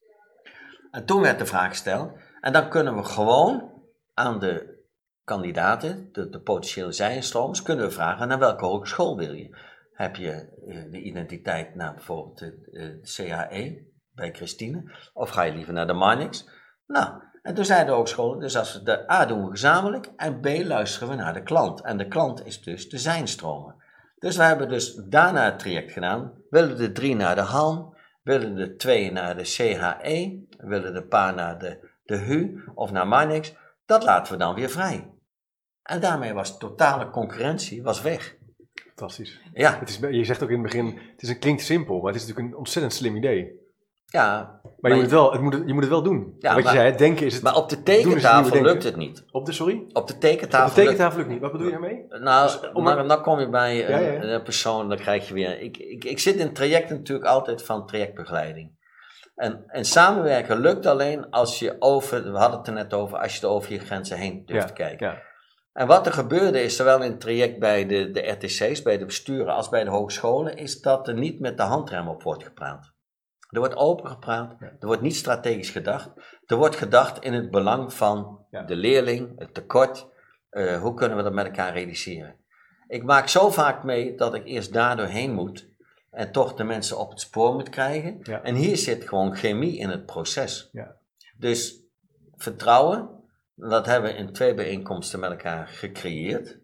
En toen werd de vraag gesteld, en dan kunnen we gewoon aan de kandidaten, de, de potentiële zijnstromers, kunnen we vragen, naar welke hogeschool wil je? Heb je uh, de identiteit naar bijvoorbeeld de, de C H E bij Christine? Of ga je liever naar de Marnix? Nou, en toen zeiden de hogescholen, dus als we de A doen we gezamenlijk en B luisteren we naar de klant. En de klant is dus de zijnstromer. Dus we hebben dus daarna het traject gedaan. Willen de drie naar de Halm, willen de twee naar de C H E, willen de paar naar de, de H U of naar Marnix. Dat laten we dan weer vrij. En daarmee was totale concurrentie was weg. Fantastisch. Ja. Het is, je zegt ook in het begin, het is een, klinkt simpel, maar het is natuurlijk een ontzettend slim idee. Ja. Maar, maar je, moet het wel, het moet, je moet het wel doen. Ja, wat maar, je zei, het denken is het. Maar op de tekentafel het lukt het niet. Op de, sorry? Op de tekentafel, op de tekentafel lukt het niet. Wat bedoel je daarmee? Nou, dus, om maar dan kom je bij ja, ja. een, een persoon, dan krijg je weer... Ik, ik, ik zit in trajecten natuurlijk altijd van trajectbegeleiding. En, en samenwerken lukt alleen als je over... We hadden het er net over, als je er over je grenzen heen durft ja, te kijken. Ja. En wat er gebeurde is, zowel in het traject bij de, de R T C's, bij de besturen als bij de hogescholen, is dat er niet met de handrem op wordt gepraat. Er wordt open gepraat, Ja. er wordt niet strategisch gedacht. Er wordt gedacht in het belang van Ja. de leerling, het tekort. Uh, hoe kunnen we dat met elkaar realiseren? Ik maak zo vaak mee dat ik eerst daar doorheen moet en toch de mensen op het spoor moet krijgen. Ja. En hier zit gewoon chemie in het proces. Ja. Dus vertrouwen, dat hebben we in twee bijeenkomsten met elkaar gecreëerd.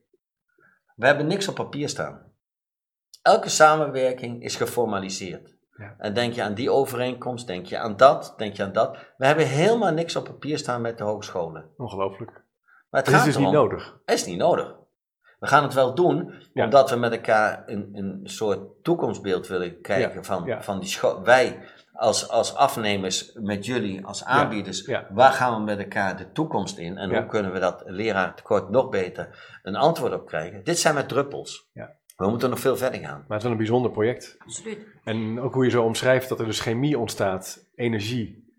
We hebben niks op papier staan. Elke samenwerking is geformaliseerd. Ja. En denk je aan die overeenkomst, denk je aan dat, denk je aan dat. We hebben helemaal niks op papier staan met de hogescholen. Ongelooflijk. Maar het Het is gaat dus erom, niet nodig. Het is niet nodig. We gaan het wel doen, Ja. omdat we met elkaar een, een soort toekomstbeeld willen kijken Ja. van, Ja. van die school. Wij als, als afnemers met jullie als aanbieders, Ja. waar gaan we met elkaar de toekomst in? En Ja. hoe kunnen we dat leraartekort nog beter een antwoord op krijgen? Dit zijn maar druppels. Ja. We moeten nog veel verder gaan. Maar het is wel een bijzonder project. Absoluut. En ook hoe je zo omschrijft dat er dus chemie ontstaat, energie,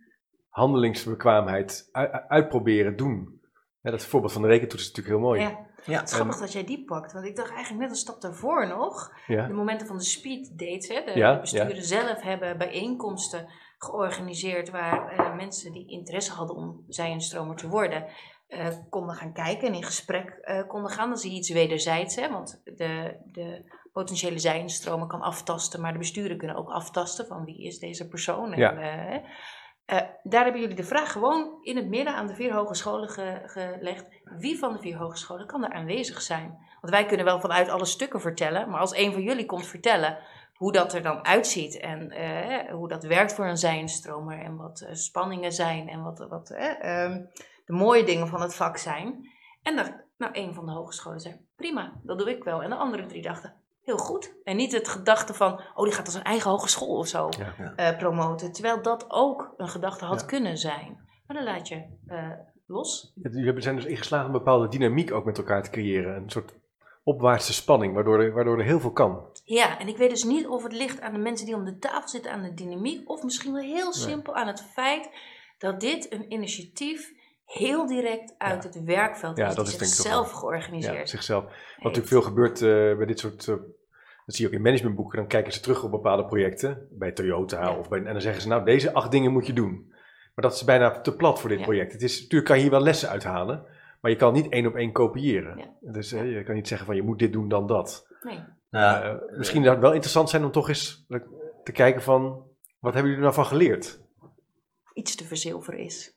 handelingsbekwaamheid, u- uitproberen, doen. Ja, dat voorbeeld van de rekentoets is natuurlijk heel mooi. Ja. Ja. Het is grappig dat jij die pakt, want ik dacht eigenlijk net een stap daarvoor nog. Ja. De momenten van de speed dates, hè, de, Ja, de besturen zelf hebben bijeenkomsten georganiseerd waar uh, mensen die interesse hadden om zij-instromer te worden, uh, konden gaan kijken en in gesprek uh, konden gaan. Dan zie je iets wederzijds, hè, want de, de potentiële zij-instromer kan aftasten, maar de besturen kunnen ook aftasten van wie is deze persoon. En, Ja. uh, Uh, daar hebben jullie de vraag gewoon in het midden aan de vier hogescholen ge- gelegd. Wie van de vier hogescholen kan er aanwezig zijn? Want wij kunnen wel vanuit alle stukken vertellen, maar als een van jullie komt vertellen hoe dat er dan uitziet en uh, hoe dat werkt voor een zij-instromer en wat uh, spanningen zijn en wat, wat uh, um, de mooie dingen van het vak zijn. En dan, nou, een van de hogescholen zei, prima, dat doe ik wel. En de andere drie dachten, heel goed. En niet het gedachte van, oh, die gaat als een eigen hogeschool of zo Ja. uh, promoten. Terwijl dat ook een gedachte had Ja. kunnen zijn. Maar dan laat je uh, los. Jullie zijn dus ingeslagen een bepaalde dynamiek ook met elkaar te creëren. Een soort opwaartse spanning, waardoor er, waardoor er heel veel kan. Ja, en ik weet dus niet of het ligt aan de mensen die om de tafel zitten, aan de dynamiek. Of misschien wel heel simpel aan het feit dat dit een initiatief heel direct uit Ja. het werkveld Ja, is. dat die is denk ik toch zichzelf wel. georganiseerd. Ja, zichzelf. Wat heeft. natuurlijk veel gebeurt uh, bij dit soort... Uh, dat zie je ook in managementboeken. Dan kijken ze terug op bepaalde projecten. Bij Toyota. Ja. Of bij, en dan zeggen ze, nou, deze acht dingen moet je doen. Maar dat is bijna te plat voor dit Ja. project. Het is, natuurlijk kan je hier wel lessen uithalen. Maar je kan niet één op één kopiëren. Ja. Dus uh, je kan niet zeggen van, je moet dit doen dan dat. Nee. Nou, Uh, misschien zou het wel interessant zijn om toch eens te kijken van... Wat hebben jullie er nou van geleerd? Iets te verzilveren is.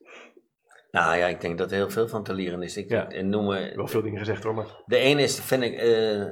nou ja, ik denk dat er heel veel van te leren is. Ik, Ja. ik noem, Ik heb wel veel dingen gezegd hoor, maar... de ene is, vind ik, uh,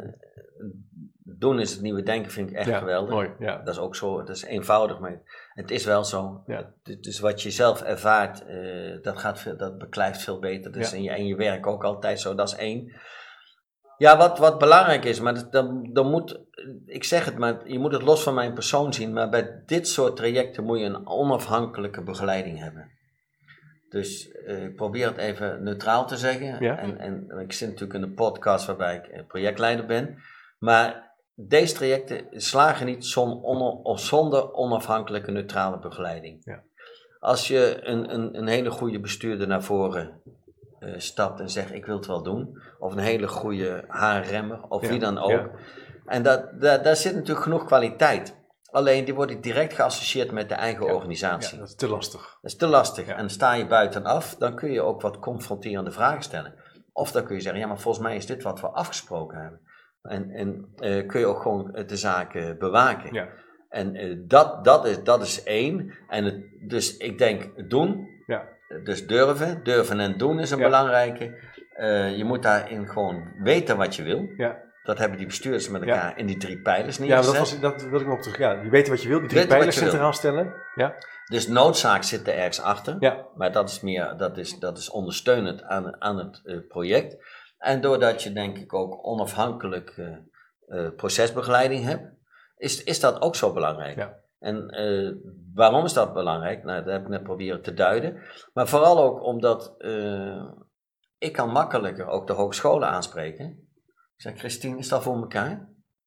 doen is het nieuwe denken, vind ik echt ja, geweldig. mooi, ja. Dat is ook zo, dat is eenvoudig, maar het is wel zo. Ja. Het- Dus wat je zelf ervaart, uh, dat, gaat veel, dat beklijft veel beter. Dus Ja. in, je, in je werk ook altijd zo, dat is één. Ja, wat, wat belangrijk is, maar dat- dan, dan moet, ik zeg het, maar je moet het los van mijn persoon zien, maar bij dit soort trajecten moet je een onafhankelijke begeleiding hebben. Dus uh, ik probeer het even neutraal te zeggen. Ja. En, en ik zit natuurlijk in een podcast waarbij ik eh, projectleider ben. Maar deze trajecten slagen niet zon, on, of zonder onafhankelijke neutrale begeleiding. Ja. Als je een, een, een hele goede bestuurder naar voren uh, stapt en zegt ik wil het wel doen. Of een hele goede H R-remmer of Ja, wie dan ook. ja. En dat, dat, daar zit natuurlijk genoeg kwaliteit. Alleen die worden direct geassocieerd met de eigen Ja. organisatie. Ja, dat is te lastig. Dat is te lastig. Ja. En sta je buitenaf, dan kun je ook wat confronterende vragen stellen. Of dan kun je zeggen, ja, maar volgens mij is dit wat we afgesproken hebben. En, en uh, kun je ook gewoon uh, de zaken bewaken. Ja. En uh, dat, dat, is, dat is één. En het, dus ik denk doen. Ja. Dus durven. Durven en doen is een Ja. belangrijke. Uh, je moet daarin gewoon weten wat je wil. Ja. Dat hebben die bestuurders met Ja. elkaar in die drie pijlers Ja, maar neergezet. dat, was, dat wil ik nog op terug. Ja, je weet wat je wil, die drie Weet wat pijlers je wil. centraal stellen. Ja. Dus noodzaak zit er ergens achter. Ja. Maar dat is meer, dat is, dat is ondersteunend aan, aan het uh, project. En doordat je denk ik ook onafhankelijk uh, uh, procesbegeleiding hebt, is, is dat ook zo belangrijk. Ja. En uh, waarom is dat belangrijk? Nou, dat heb ik net proberen te duiden. Maar vooral ook omdat uh, ik kan makkelijker ook de hogescholen aanspreken. Ik zeg, Christine, is dat voor elkaar?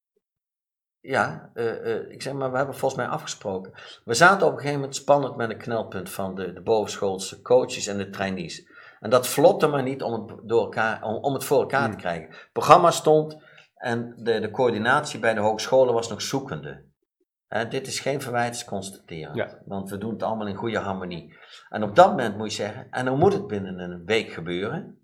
Ja, uh, uh, ik zeg, maar we hebben volgens mij afgesproken. We zaten op een gegeven moment spannend met een knelpunt van de, de bovenschoolse coaches en de trainees. En dat vlotte maar niet om het, door elkaar, om, om het voor elkaar te krijgen. Het programma stond en de, de coördinatie bij de hogescholen was nog zoekende. Uh, dit is geen verwijt, het is constateren. Ja. Want we doen het allemaal in goede harmonie. En op dat moment moet je zeggen, en dan moet het binnen een week gebeuren.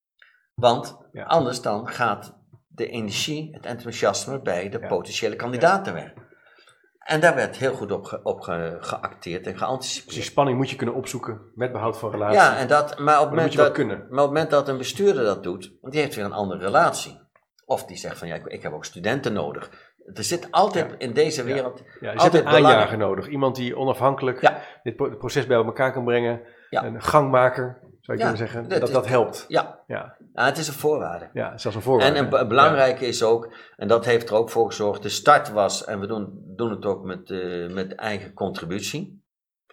Want Ja. anders dan gaat de energie, het enthousiasme bij de Ja. potentiële kandidaten weg. En daar werd heel goed op, ge, op ge, geacteerd en geanticipeerd. Dus die spanning moet je kunnen opzoeken met behoud van relatie. Ja, en dat, maar, op maar dat het moment moet je wel dat, kunnen. maar op het moment dat een bestuurder dat doet, die heeft weer een andere relatie. Of die zegt van ja, ik, ik heb ook studenten nodig. Er zit altijd Ja. in deze wereld Ja, je zit altijd een aanjager belangen. nodig. Iemand die onafhankelijk Ja. dit pro- proces bij elkaar kan brengen. Ja. Een gangmaker, zou je Ja, kunnen zeggen. dat Dat is- dat helpt. Ja, Ja, nou, het is een voorwaarde. ja zelfs een voorwaarde. En een b- belangrijke is ook, en dat heeft er ook voor gezorgd, de start was, en we doen, doen het ook met, uh, met eigen contributie.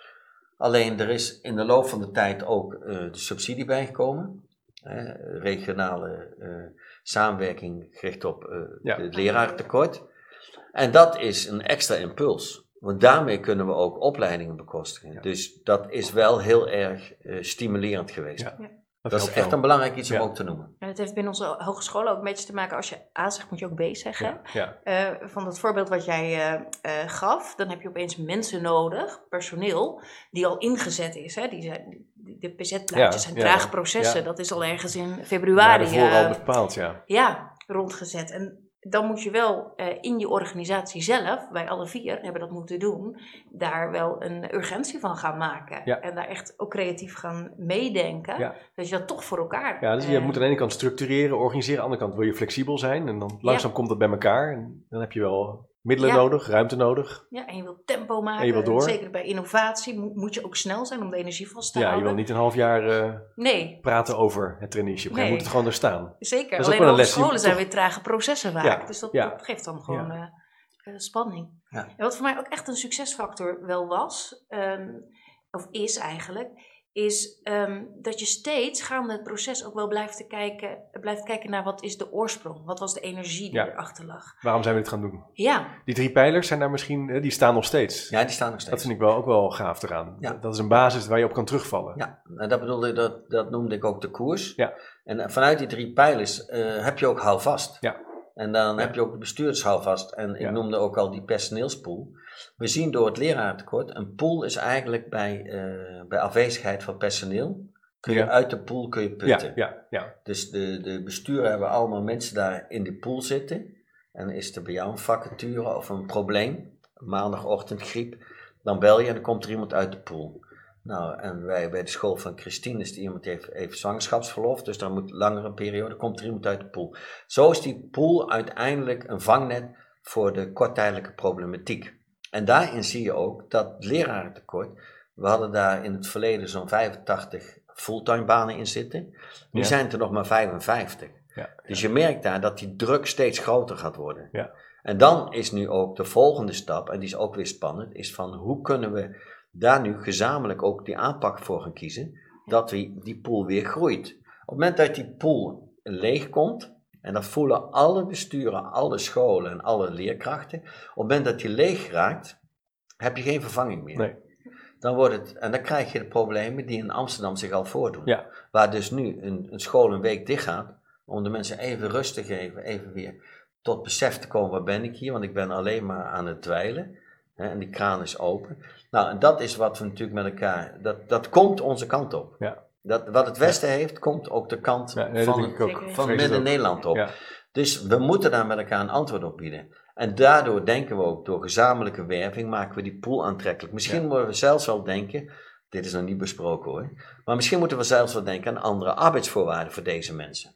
Alleen er is in de loop van de tijd ook uh, de subsidie bijgekomen. Uh, regionale uh, samenwerking gericht op uh, Ja. het leraartekort. En dat is een extra impuls. Want daarmee kunnen we ook opleidingen bekostigen. Ja. Dus dat is wel heel erg uh, stimulerend geweest. Ja. Ja. Dat is helpt echt wel. een belangrijk iets Ja. om ook te noemen. En het heeft binnen onze hogescholen ook een beetje te maken, als je A zegt, moet je ook B zeggen. Ja, ja. Uh, van dat voorbeeld wat jij uh, uh, gaf, dan heb je opeens mensen nodig, personeel, die al ingezet is. Hè? Die zijn, die, de P Z-plaatjes Ja, zijn ja. trage processen, Ja. dat is al ergens in Ja, februari daarvoor al uh, bepaald, ja. ja, rondgezet. En dan moet je wel uh, in je organisatie zelf, wij alle vier hebben dat moeten doen, daar wel een urgentie van gaan maken. Ja. En daar echt ook creatief gaan meedenken, Ja. dat je dat toch voor elkaar... Ja, dus je uh, moet aan de ene kant structureren, organiseren. Aan de andere kant wil je flexibel zijn. En dan langzaam komt dat bij elkaar. En dan heb je wel middelen Ja. nodig, ruimte nodig. Ja, en je wilt tempo maken. En je wilt door. Zeker bij innovatie moet, moet je ook snel zijn om de energie vast te Ja, je houden. wil niet een half jaar uh, Nee, praten over het traineeship. Je Nee. moet het gewoon er staan. zeker. Dat is ook Alleen wel een op les die scholen je zijn toch- weer trage processen vaak. Ja, Dus dat, ja. dat geeft dan gewoon eh, eh, spanning. Ja. En wat voor mij ook echt een succesfactor wel was, ehm, of is eigenlijk, is ehm, dat je steeds gaande het proces ook wel blijft, te kijken, blijft kijken naar wat is de oorsprong. Wat was de energie die Ja. erachter lag. Waarom zijn we dit gaan doen? Ja, Die drie pijlers zijn daar misschien, eh, die staan nog steeds. Ja, die staan nog steeds. Dat vind ik wel ook wel gaaf eraan. Ja. Dat is een basis waar je op kan terugvallen. Ja, en dat bedoelde dat, dat noemde ik ook de koers. Ja. En vanuit die drie pijlers eh, heb je ook houvast. Ja. En dan Ja. heb je ook de bestuurdershouvast. En ik Ja. noemde ook al die personeelspool. We zien door het leraartekort, een pool is eigenlijk bij, eh, bij afwezigheid van personeel, kun je Ja. uit de pool kun je putten. Ja, ja, ja. Dus de, de besturen hebben allemaal mensen daar in die pool zitten. En is er bij jou een vacature of een probleem, maandagochtend griep, dan bel je en dan komt er iemand uit de pool. Nou, en wij bij de school van Christine is die iemand die heeft even zwangerschapsverlof, dus dan moet langere periode, komt er iemand uit de pool. Zo is die pool uiteindelijk een vangnet voor de korttijdelijke problematiek. En daarin zie je ook dat het lerarentekort, we hadden daar in het verleden zo'n vijfentachtig fulltime banen in zitten, nu Ja. zijn het er nog maar vijfenvijftig. Ja, Dus je merkt daar dat die druk steeds groter gaat worden. Ja. En dan is nu ook de volgende stap, en die is ook weer spannend, is van hoe kunnen we daar nu gezamenlijk ook die aanpak voor gaan kiezen, dat we die pool weer groeit. Op het moment dat die pool leeg komt, en dat voelen alle besturen, alle scholen en alle leerkrachten, op het moment dat die leeg raakt, heb je geen vervanging meer. Nee. Dan wordt het, en dan krijg je de problemen die in Amsterdam zich al voordoen. Ja. Waar dus nu een, een school een week dicht gaat, om de mensen even rust te geven, even weer tot besef te komen, waar ben ik hier, want ik ben alleen maar aan het dweilen. Hè, en die kraan is open. Nou, en dat is wat we natuurlijk met elkaar, dat, dat komt onze kant op. Ja. Dat, wat het Westen heeft, komt ook de kant Ja, nee, dat van, denk ik ook. Zeker. van Vrees het ook. Midden-Nederland op. Ja. Dus we moeten daar met elkaar een antwoord op bieden. En daardoor denken we ook, door gezamenlijke werving, maken we die pool aantrekkelijk. Misschien Ja. moeten we zelfs wel denken, dit is nog niet besproken hoor, maar misschien moeten we zelfs wel denken aan andere arbeidsvoorwaarden voor deze mensen.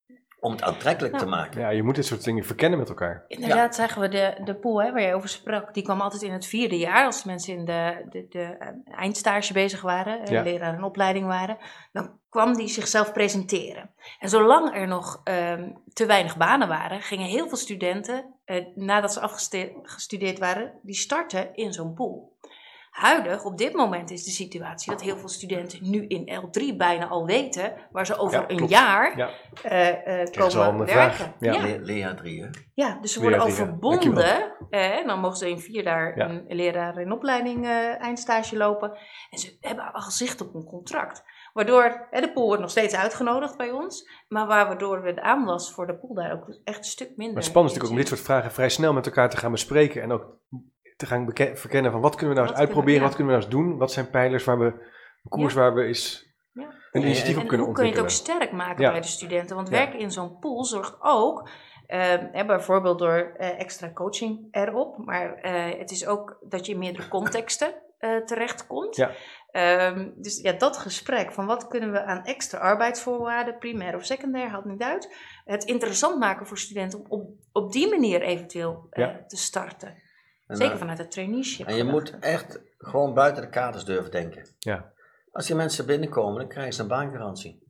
Om het aantrekkelijk Nou, te maken. Ja, je moet dit soort dingen verkennen met elkaar. inderdaad zagen we de, de pool hè, waar je over sprak, die kwam altijd in het vierde jaar, als de mensen in de, de, de eh, eindstage bezig waren, eh, Ja. leraar in opleiding waren, dan kwam die zichzelf presenteren. En zolang er nog ehm, te weinig banen waren, gingen heel veel studenten, eh, nadat ze afgestudeerd waren, die starten in zo'n pool. Huidig, op dit moment is de situatie dat heel veel studenten nu in L drie bijna al weten waar ze over Ja, een klopt. jaar Ja. eh, eh, ze al komen een werken. vraag. Ja. Ja. Le- Lea drie, hè? Ja, dus ze Leraar worden al drie, ja. verbonden. Eh, dan mogen ze in vier jaar Ja. een leraar in opleiding eh, eindstage lopen. En ze hebben al zicht op een contract. Waardoor, eh, de pool wordt nog steeds uitgenodigd bij ons. Maar waar, waardoor we de aanwas voor de pool daar ook echt een stuk minder. Maar het spannend is natuurlijk ook om dit soort vragen vrij snel met elkaar te gaan bespreken. En ook te gaan beke- verkennen van wat kunnen we nou eens Wat uitproberen, kunnen wat kunnen we nou eens doen, wat zijn pijlers waar we, een koers Ja. waar we eens Ja. een initiatief En op kunnen hoe kun je het ontwikkelen. ook sterk maken Ja. bij de studenten? Want Ja. werken in zo'n pool zorgt ook, eh, hè, bijvoorbeeld door eh, extra coaching erop, maar eh, het is ook dat je in meerdere contexten uh, terechtkomt. Ja. Um, dus ja, dat gesprek van wat kunnen we aan extra arbeidsvoorwaarden, primair of secundair, haalt niet uit. Het interessant maken voor studenten om op, op die manier eventueel uh, Ja. te starten. En, Zeker uh, vanuit het traineeship. En je gedachte. moet echt gewoon buiten de kaders durven denken. Ja. Als die mensen binnenkomen, dan krijgen ze een baangarantie.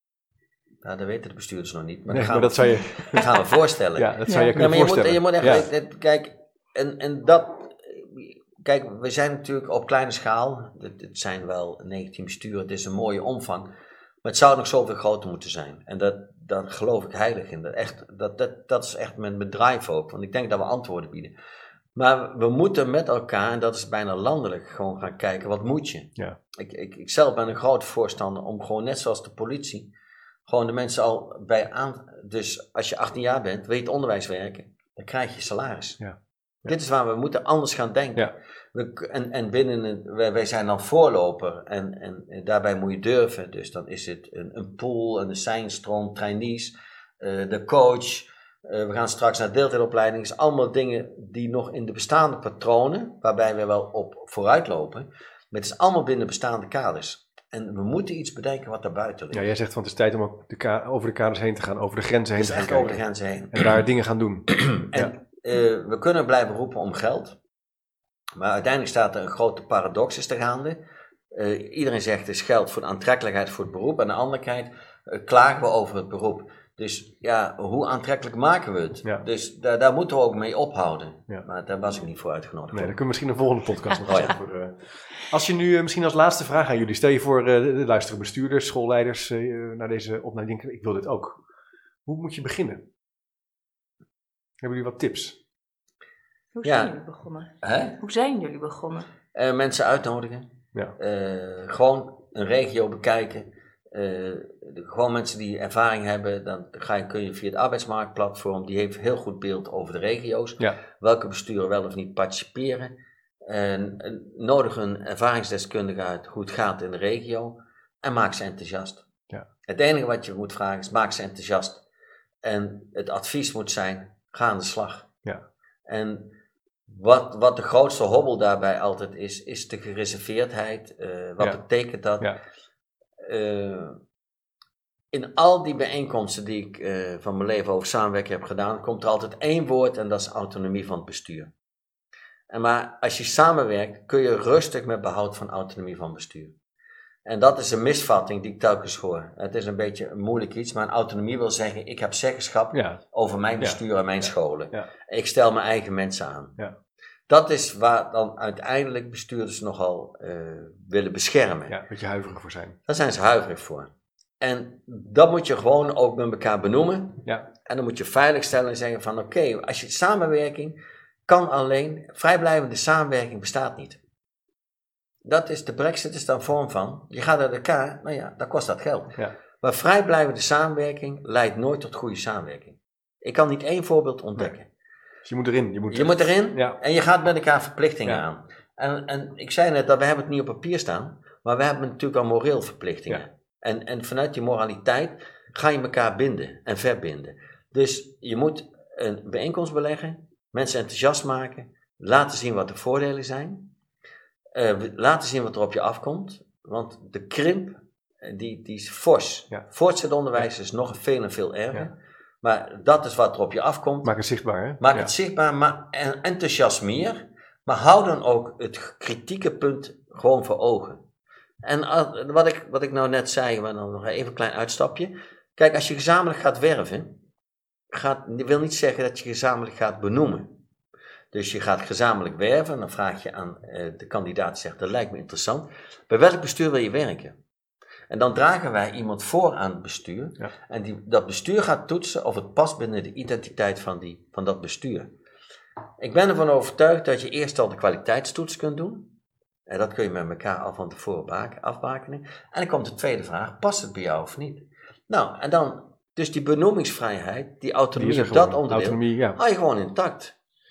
Nou, dat weten de bestuurders nog niet. Maar Nee, dat gaan, maar dat zou je, we, dat gaan we voorstellen. ja, dat Ja. zou je Ja, kunnen maar je moet, voorstellen. je moet echt, Ja. het- kijk, en, en dat, kijk, we zijn natuurlijk op kleine schaal, het, het zijn wel negentien besturen, het is een mooie omvang, maar het zou nog zoveel groter moeten zijn. En dat, dat geloof ik heilig in, dat, echt, dat, dat, dat is echt mijn bedrijf ook, want ik denk dat we antwoorden bieden. Maar we moeten met elkaar, en dat is bijna landelijk, gewoon gaan kijken, wat moet je? Ja. Ik, ik, ik zelf ben een groot voorstander om gewoon net zoals de politie, gewoon de mensen al bij aan, dus als je achttien jaar bent, wil je het onderwijs werken, dan krijg je salaris. Ja. Ja. Dit is waar we moeten anders gaan denken. Ja. We, en, en binnen, een, wij, wij zijn dan voorloper en, en, en daarbij moet je durven. Dus dan is het een, een pool, een seinstroom, trainees, uh, de coach. Uh, we gaan straks naar deeltijdopleiding. Het is allemaal dingen die nog in de bestaande patronen, waarbij we wel op vooruit lopen. Maar het is allemaal binnen bestaande kaders. En we moeten iets bedenken wat daarbuiten ligt. Ja, jij zegt van het is tijd om ook de ka- over de kaders heen te gaan, over de grenzen heen Dus te gaan echt over de kijken. grenzen heen. En daar dingen gaan doen. En uh, we kunnen blijven roepen om geld. Maar uiteindelijk staat er een grote paradox is te gaande. Uh, iedereen zegt het is geld voor de aantrekkelijkheid voor het beroep. Aan de andere kant uh, klagen we over het beroep. Dus ja, hoe aantrekkelijk maken we het? Ja. Dus daar, daar moeten we ook mee ophouden. Ja. Maar daar was ik niet voor uitgenodigd. Nee, daar kunnen we misschien een volgende podcast nog Oh, eens ja. over. Uh, als je nu uh, misschien als laatste vraag aan jullie, stel je voor, uh, de luisteren bestuurders, schoolleiders uh, naar deze opname denken, ik wil dit ook. Hoe moet je beginnen? Hebben jullie wat tips? Hoe Ja. zijn jullie begonnen? Hè? Hoe zijn jullie begonnen? Uh, mensen uitnodigen. Ja. Uh, gewoon een regio bekijken. Uh, de, gewoon mensen die ervaring hebben, dan ga je, kun je via het arbeidsmarktplatform, die heeft heel goed beeld over de regio's. Ja. Welke besturen wel of niet participeren. En, en nodig een ervaringsdeskundige uit hoe het gaat in de regio. En maak ze enthousiast. Ja. Het enige wat je moet vragen is, maak ze enthousiast. En het advies moet zijn, ga aan de slag. Ja. En wat, wat de grootste hobbel daarbij altijd is, is de gereserveerdheid. Uh, wat Ja. betekent dat? Ja. Uh, in al die bijeenkomsten die ik uh, van mijn leven over samenwerking heb gedaan, komt er altijd één woord en dat is autonomie van het bestuur. En maar als je samenwerkt, kun je rustig met behoud van autonomie van bestuur. En dat is een misvatting die ik telkens hoor. Het is een beetje een moeilijk iets, maar een autonomie wil zeggen, ik heb zeggenschap Ja. over mijn bestuur Ja. en mijn scholen. Ja. Ik stel mijn eigen mensen aan. Ja. Dat is waar dan uiteindelijk bestuurders nogal uh, willen beschermen. Ja, een beetje huiverig voor zijn. Daar zijn ze huiverig voor. En dat moet je gewoon ook met elkaar benoemen. Ja. En dan moet je veiligstellen en zeggen van oké, okay, als je samenwerking kan alleen, vrijblijvende samenwerking bestaat niet. Dat is, de Brexit is daar een vorm van. Je gaat uit elkaar, nou ja, dan kost dat geld. Ja. Maar vrijblijvende samenwerking leidt nooit tot goede samenwerking. Ik kan niet één voorbeeld ontdekken. Nee. Dus je moet erin. Je moet, Je moet erin Ja. en je gaat met elkaar verplichtingen Ja. aan. En, en ik zei net dat we hebben het niet op papier staan, maar we hebben natuurlijk al moreel verplichtingen. Ja. En, en vanuit die moraliteit ga je elkaar binden en verbinden. Dus je moet een bijeenkomst beleggen, mensen enthousiast maken, laten zien wat de voordelen zijn, uh, laten zien wat er op je afkomt, want de krimp die, die is fors. Ja. Voortgezet onderwijs is nog veel en veel erger. Ja. Maar dat is wat er op je afkomt. Maak het zichtbaar, hè? Maak Ja. het zichtbaar, maar en enthousiasmeer. Maar hou dan ook het kritieke punt gewoon voor ogen. En uh, wat, ik, wat ik nou net zei, maar dan nog even een klein uitstapje. Kijk, als je gezamenlijk gaat werven, gaat, wil niet zeggen dat je gezamenlijk gaat benoemen. Dus je gaat gezamenlijk werven, dan vraag je aan uh, de kandidaat, die zegt, dat lijkt me interessant. Bij welk bestuur wil je werken? En dan dragen wij iemand voor aan het bestuur. Ja. En die, dat bestuur gaat toetsen of het past binnen de identiteit van, die, van dat bestuur. Ik ben ervan overtuigd dat je eerst al de kwaliteitstoets kunt doen. En dat kun je met elkaar al van tevoren afbakenen. En dan komt de tweede vraag, past het bij jou of niet? Nou, en dan, dus die benoemingsvrijheid, die autonomie Die is er op dat gewoon. onderdeel, Autonomie, ja. hou je gewoon intact.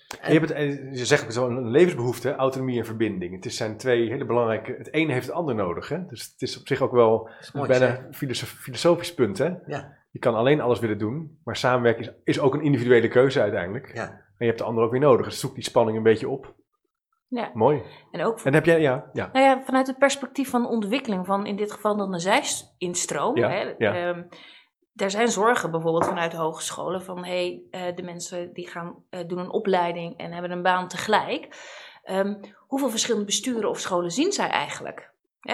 En je, hebt het, je zegt het een levensbehoefte, autonomie en verbinding. Het zijn twee hele belangrijke... Het ene heeft het ander nodig. Hè? Dus het is op zich ook wel mooi, bijna een filosof, filosofisch punt. Hè? Ja. Je kan alleen alles willen doen, maar samenwerken is, is ook een individuele keuze uiteindelijk. Ja. En je hebt de ander ook weer nodig. Dus zoek die spanning een beetje op. Ja. Mooi. En ook en heb jij, ja, ja. Nou ja, vanuit het perspectief van ontwikkeling, van in dit geval dan de zijinstroom. Ja, Hè, ja. um, er zijn zorgen bijvoorbeeld vanuit de hogescholen van hey, uh, de mensen die gaan uh, doen een opleiding en hebben een baan tegelijk. Um, hoeveel verschillende besturen of scholen zien zij eigenlijk?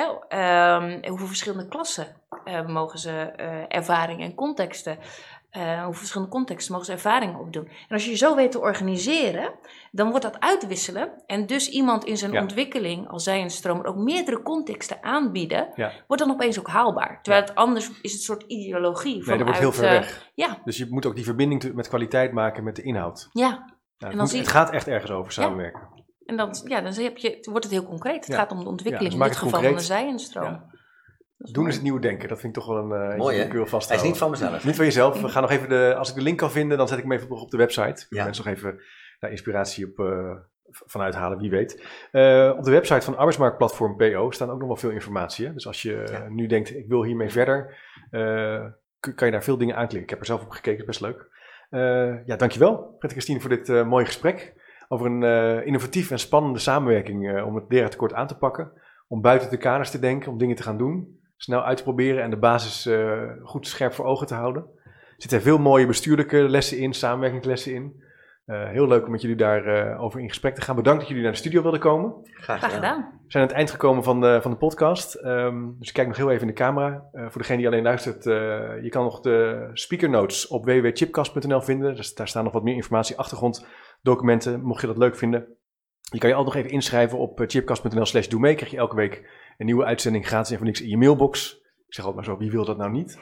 Ja, um, hoeveel verschillende klassen uh, mogen ze uh, ervaringen en contexten, uh, hoeveel verschillende contexten mogen ze ervaringen opdoen. En als je je zo weet te organiseren, dan wordt dat uitwisselen en dus iemand in zijn ja. ontwikkeling, als zij een stroom ook meerdere contexten aanbieden, ja. wordt dan opeens ook haalbaar. Terwijl het anders is het een soort ideologie. Nee, vanuit, dat wordt heel ver weg. Uh, ja. Dus je moet ook die verbinding met kwaliteit maken met de inhoud. Ja. Nou, en het, dan moet, zie je... het gaat echt ergens over samenwerken. Ja. En dan, ja, dan heb je, wordt het heel concreet. Het ja. gaat om de ontwikkeling, ja, dus in dit geval concreet. van de zijinstroom. Ja. Doen mooi. Is het nieuwe denken. Dat vind ik toch wel een... Uh, mooi, hè? Hij is niet van mezelf. Niet van jezelf. We gaan nog even de... Als ik de link kan vinden, dan zet ik hem even op de website. Ja. Mensen nog even daar inspiratie op uh, vanuit halen, wie weet. Uh, op de website van arbeidsmarktplatform P O staan ook nog wel veel informatie. Hè? Dus als je ja. uh, nu denkt, ik wil hiermee verder, uh, kan je daar veel dingen aanklikken. Ik heb er zelf op gekeken, best leuk. Uh, ja, dankjewel, Fred Christine, voor dit uh, mooie gesprek. Over een uh, innovatieve en spannende samenwerking uh, om het leraartekort aan te pakken. Om buiten de kaders te denken, om dingen te gaan doen. Snel uit te proberen en de basis uh, goed scherp voor ogen te houden. Er zitten veel mooie bestuurlijke lessen in, samenwerkingslessen in. Uh, heel leuk om met jullie daarover uh, over in gesprek te gaan. Bedankt dat jullie naar de studio wilden komen. Graag gedaan. gedaan. We zijn aan het eind gekomen van de, van de podcast. Um, dus ik kijk nog heel even in de camera. Uh, voor degene die alleen luistert, uh, je kan nog de speaker notes op w w w punt chipcast punt n l vinden. Dus daar staan nog wat meer informatie, achtergronddocumenten, mocht je dat leuk vinden. Je kan je altijd nog even inschrijven op chipcast punt n l slash doe mee. Krijg je elke week een nieuwe uitzending gratis en voor niks in je mailbox. Ik zeg altijd maar zo, wie wil dat nou niet?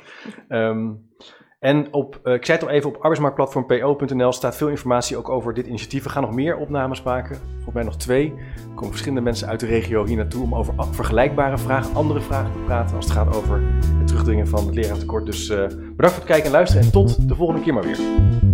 Um, en op, uh, ik zei het al even, op arbeidsmarktplatform p o punt n l staat veel informatie ook over dit initiatief. We gaan nog meer opnames maken, volgens mij nog twee. Er komen verschillende mensen uit de regio hier naartoe om over vergelijkbare vragen, andere vragen te praten als het gaat over het terugdringen van het leraartekort. Dus uh, bedankt voor het kijken en luisteren en tot de volgende keer maar weer.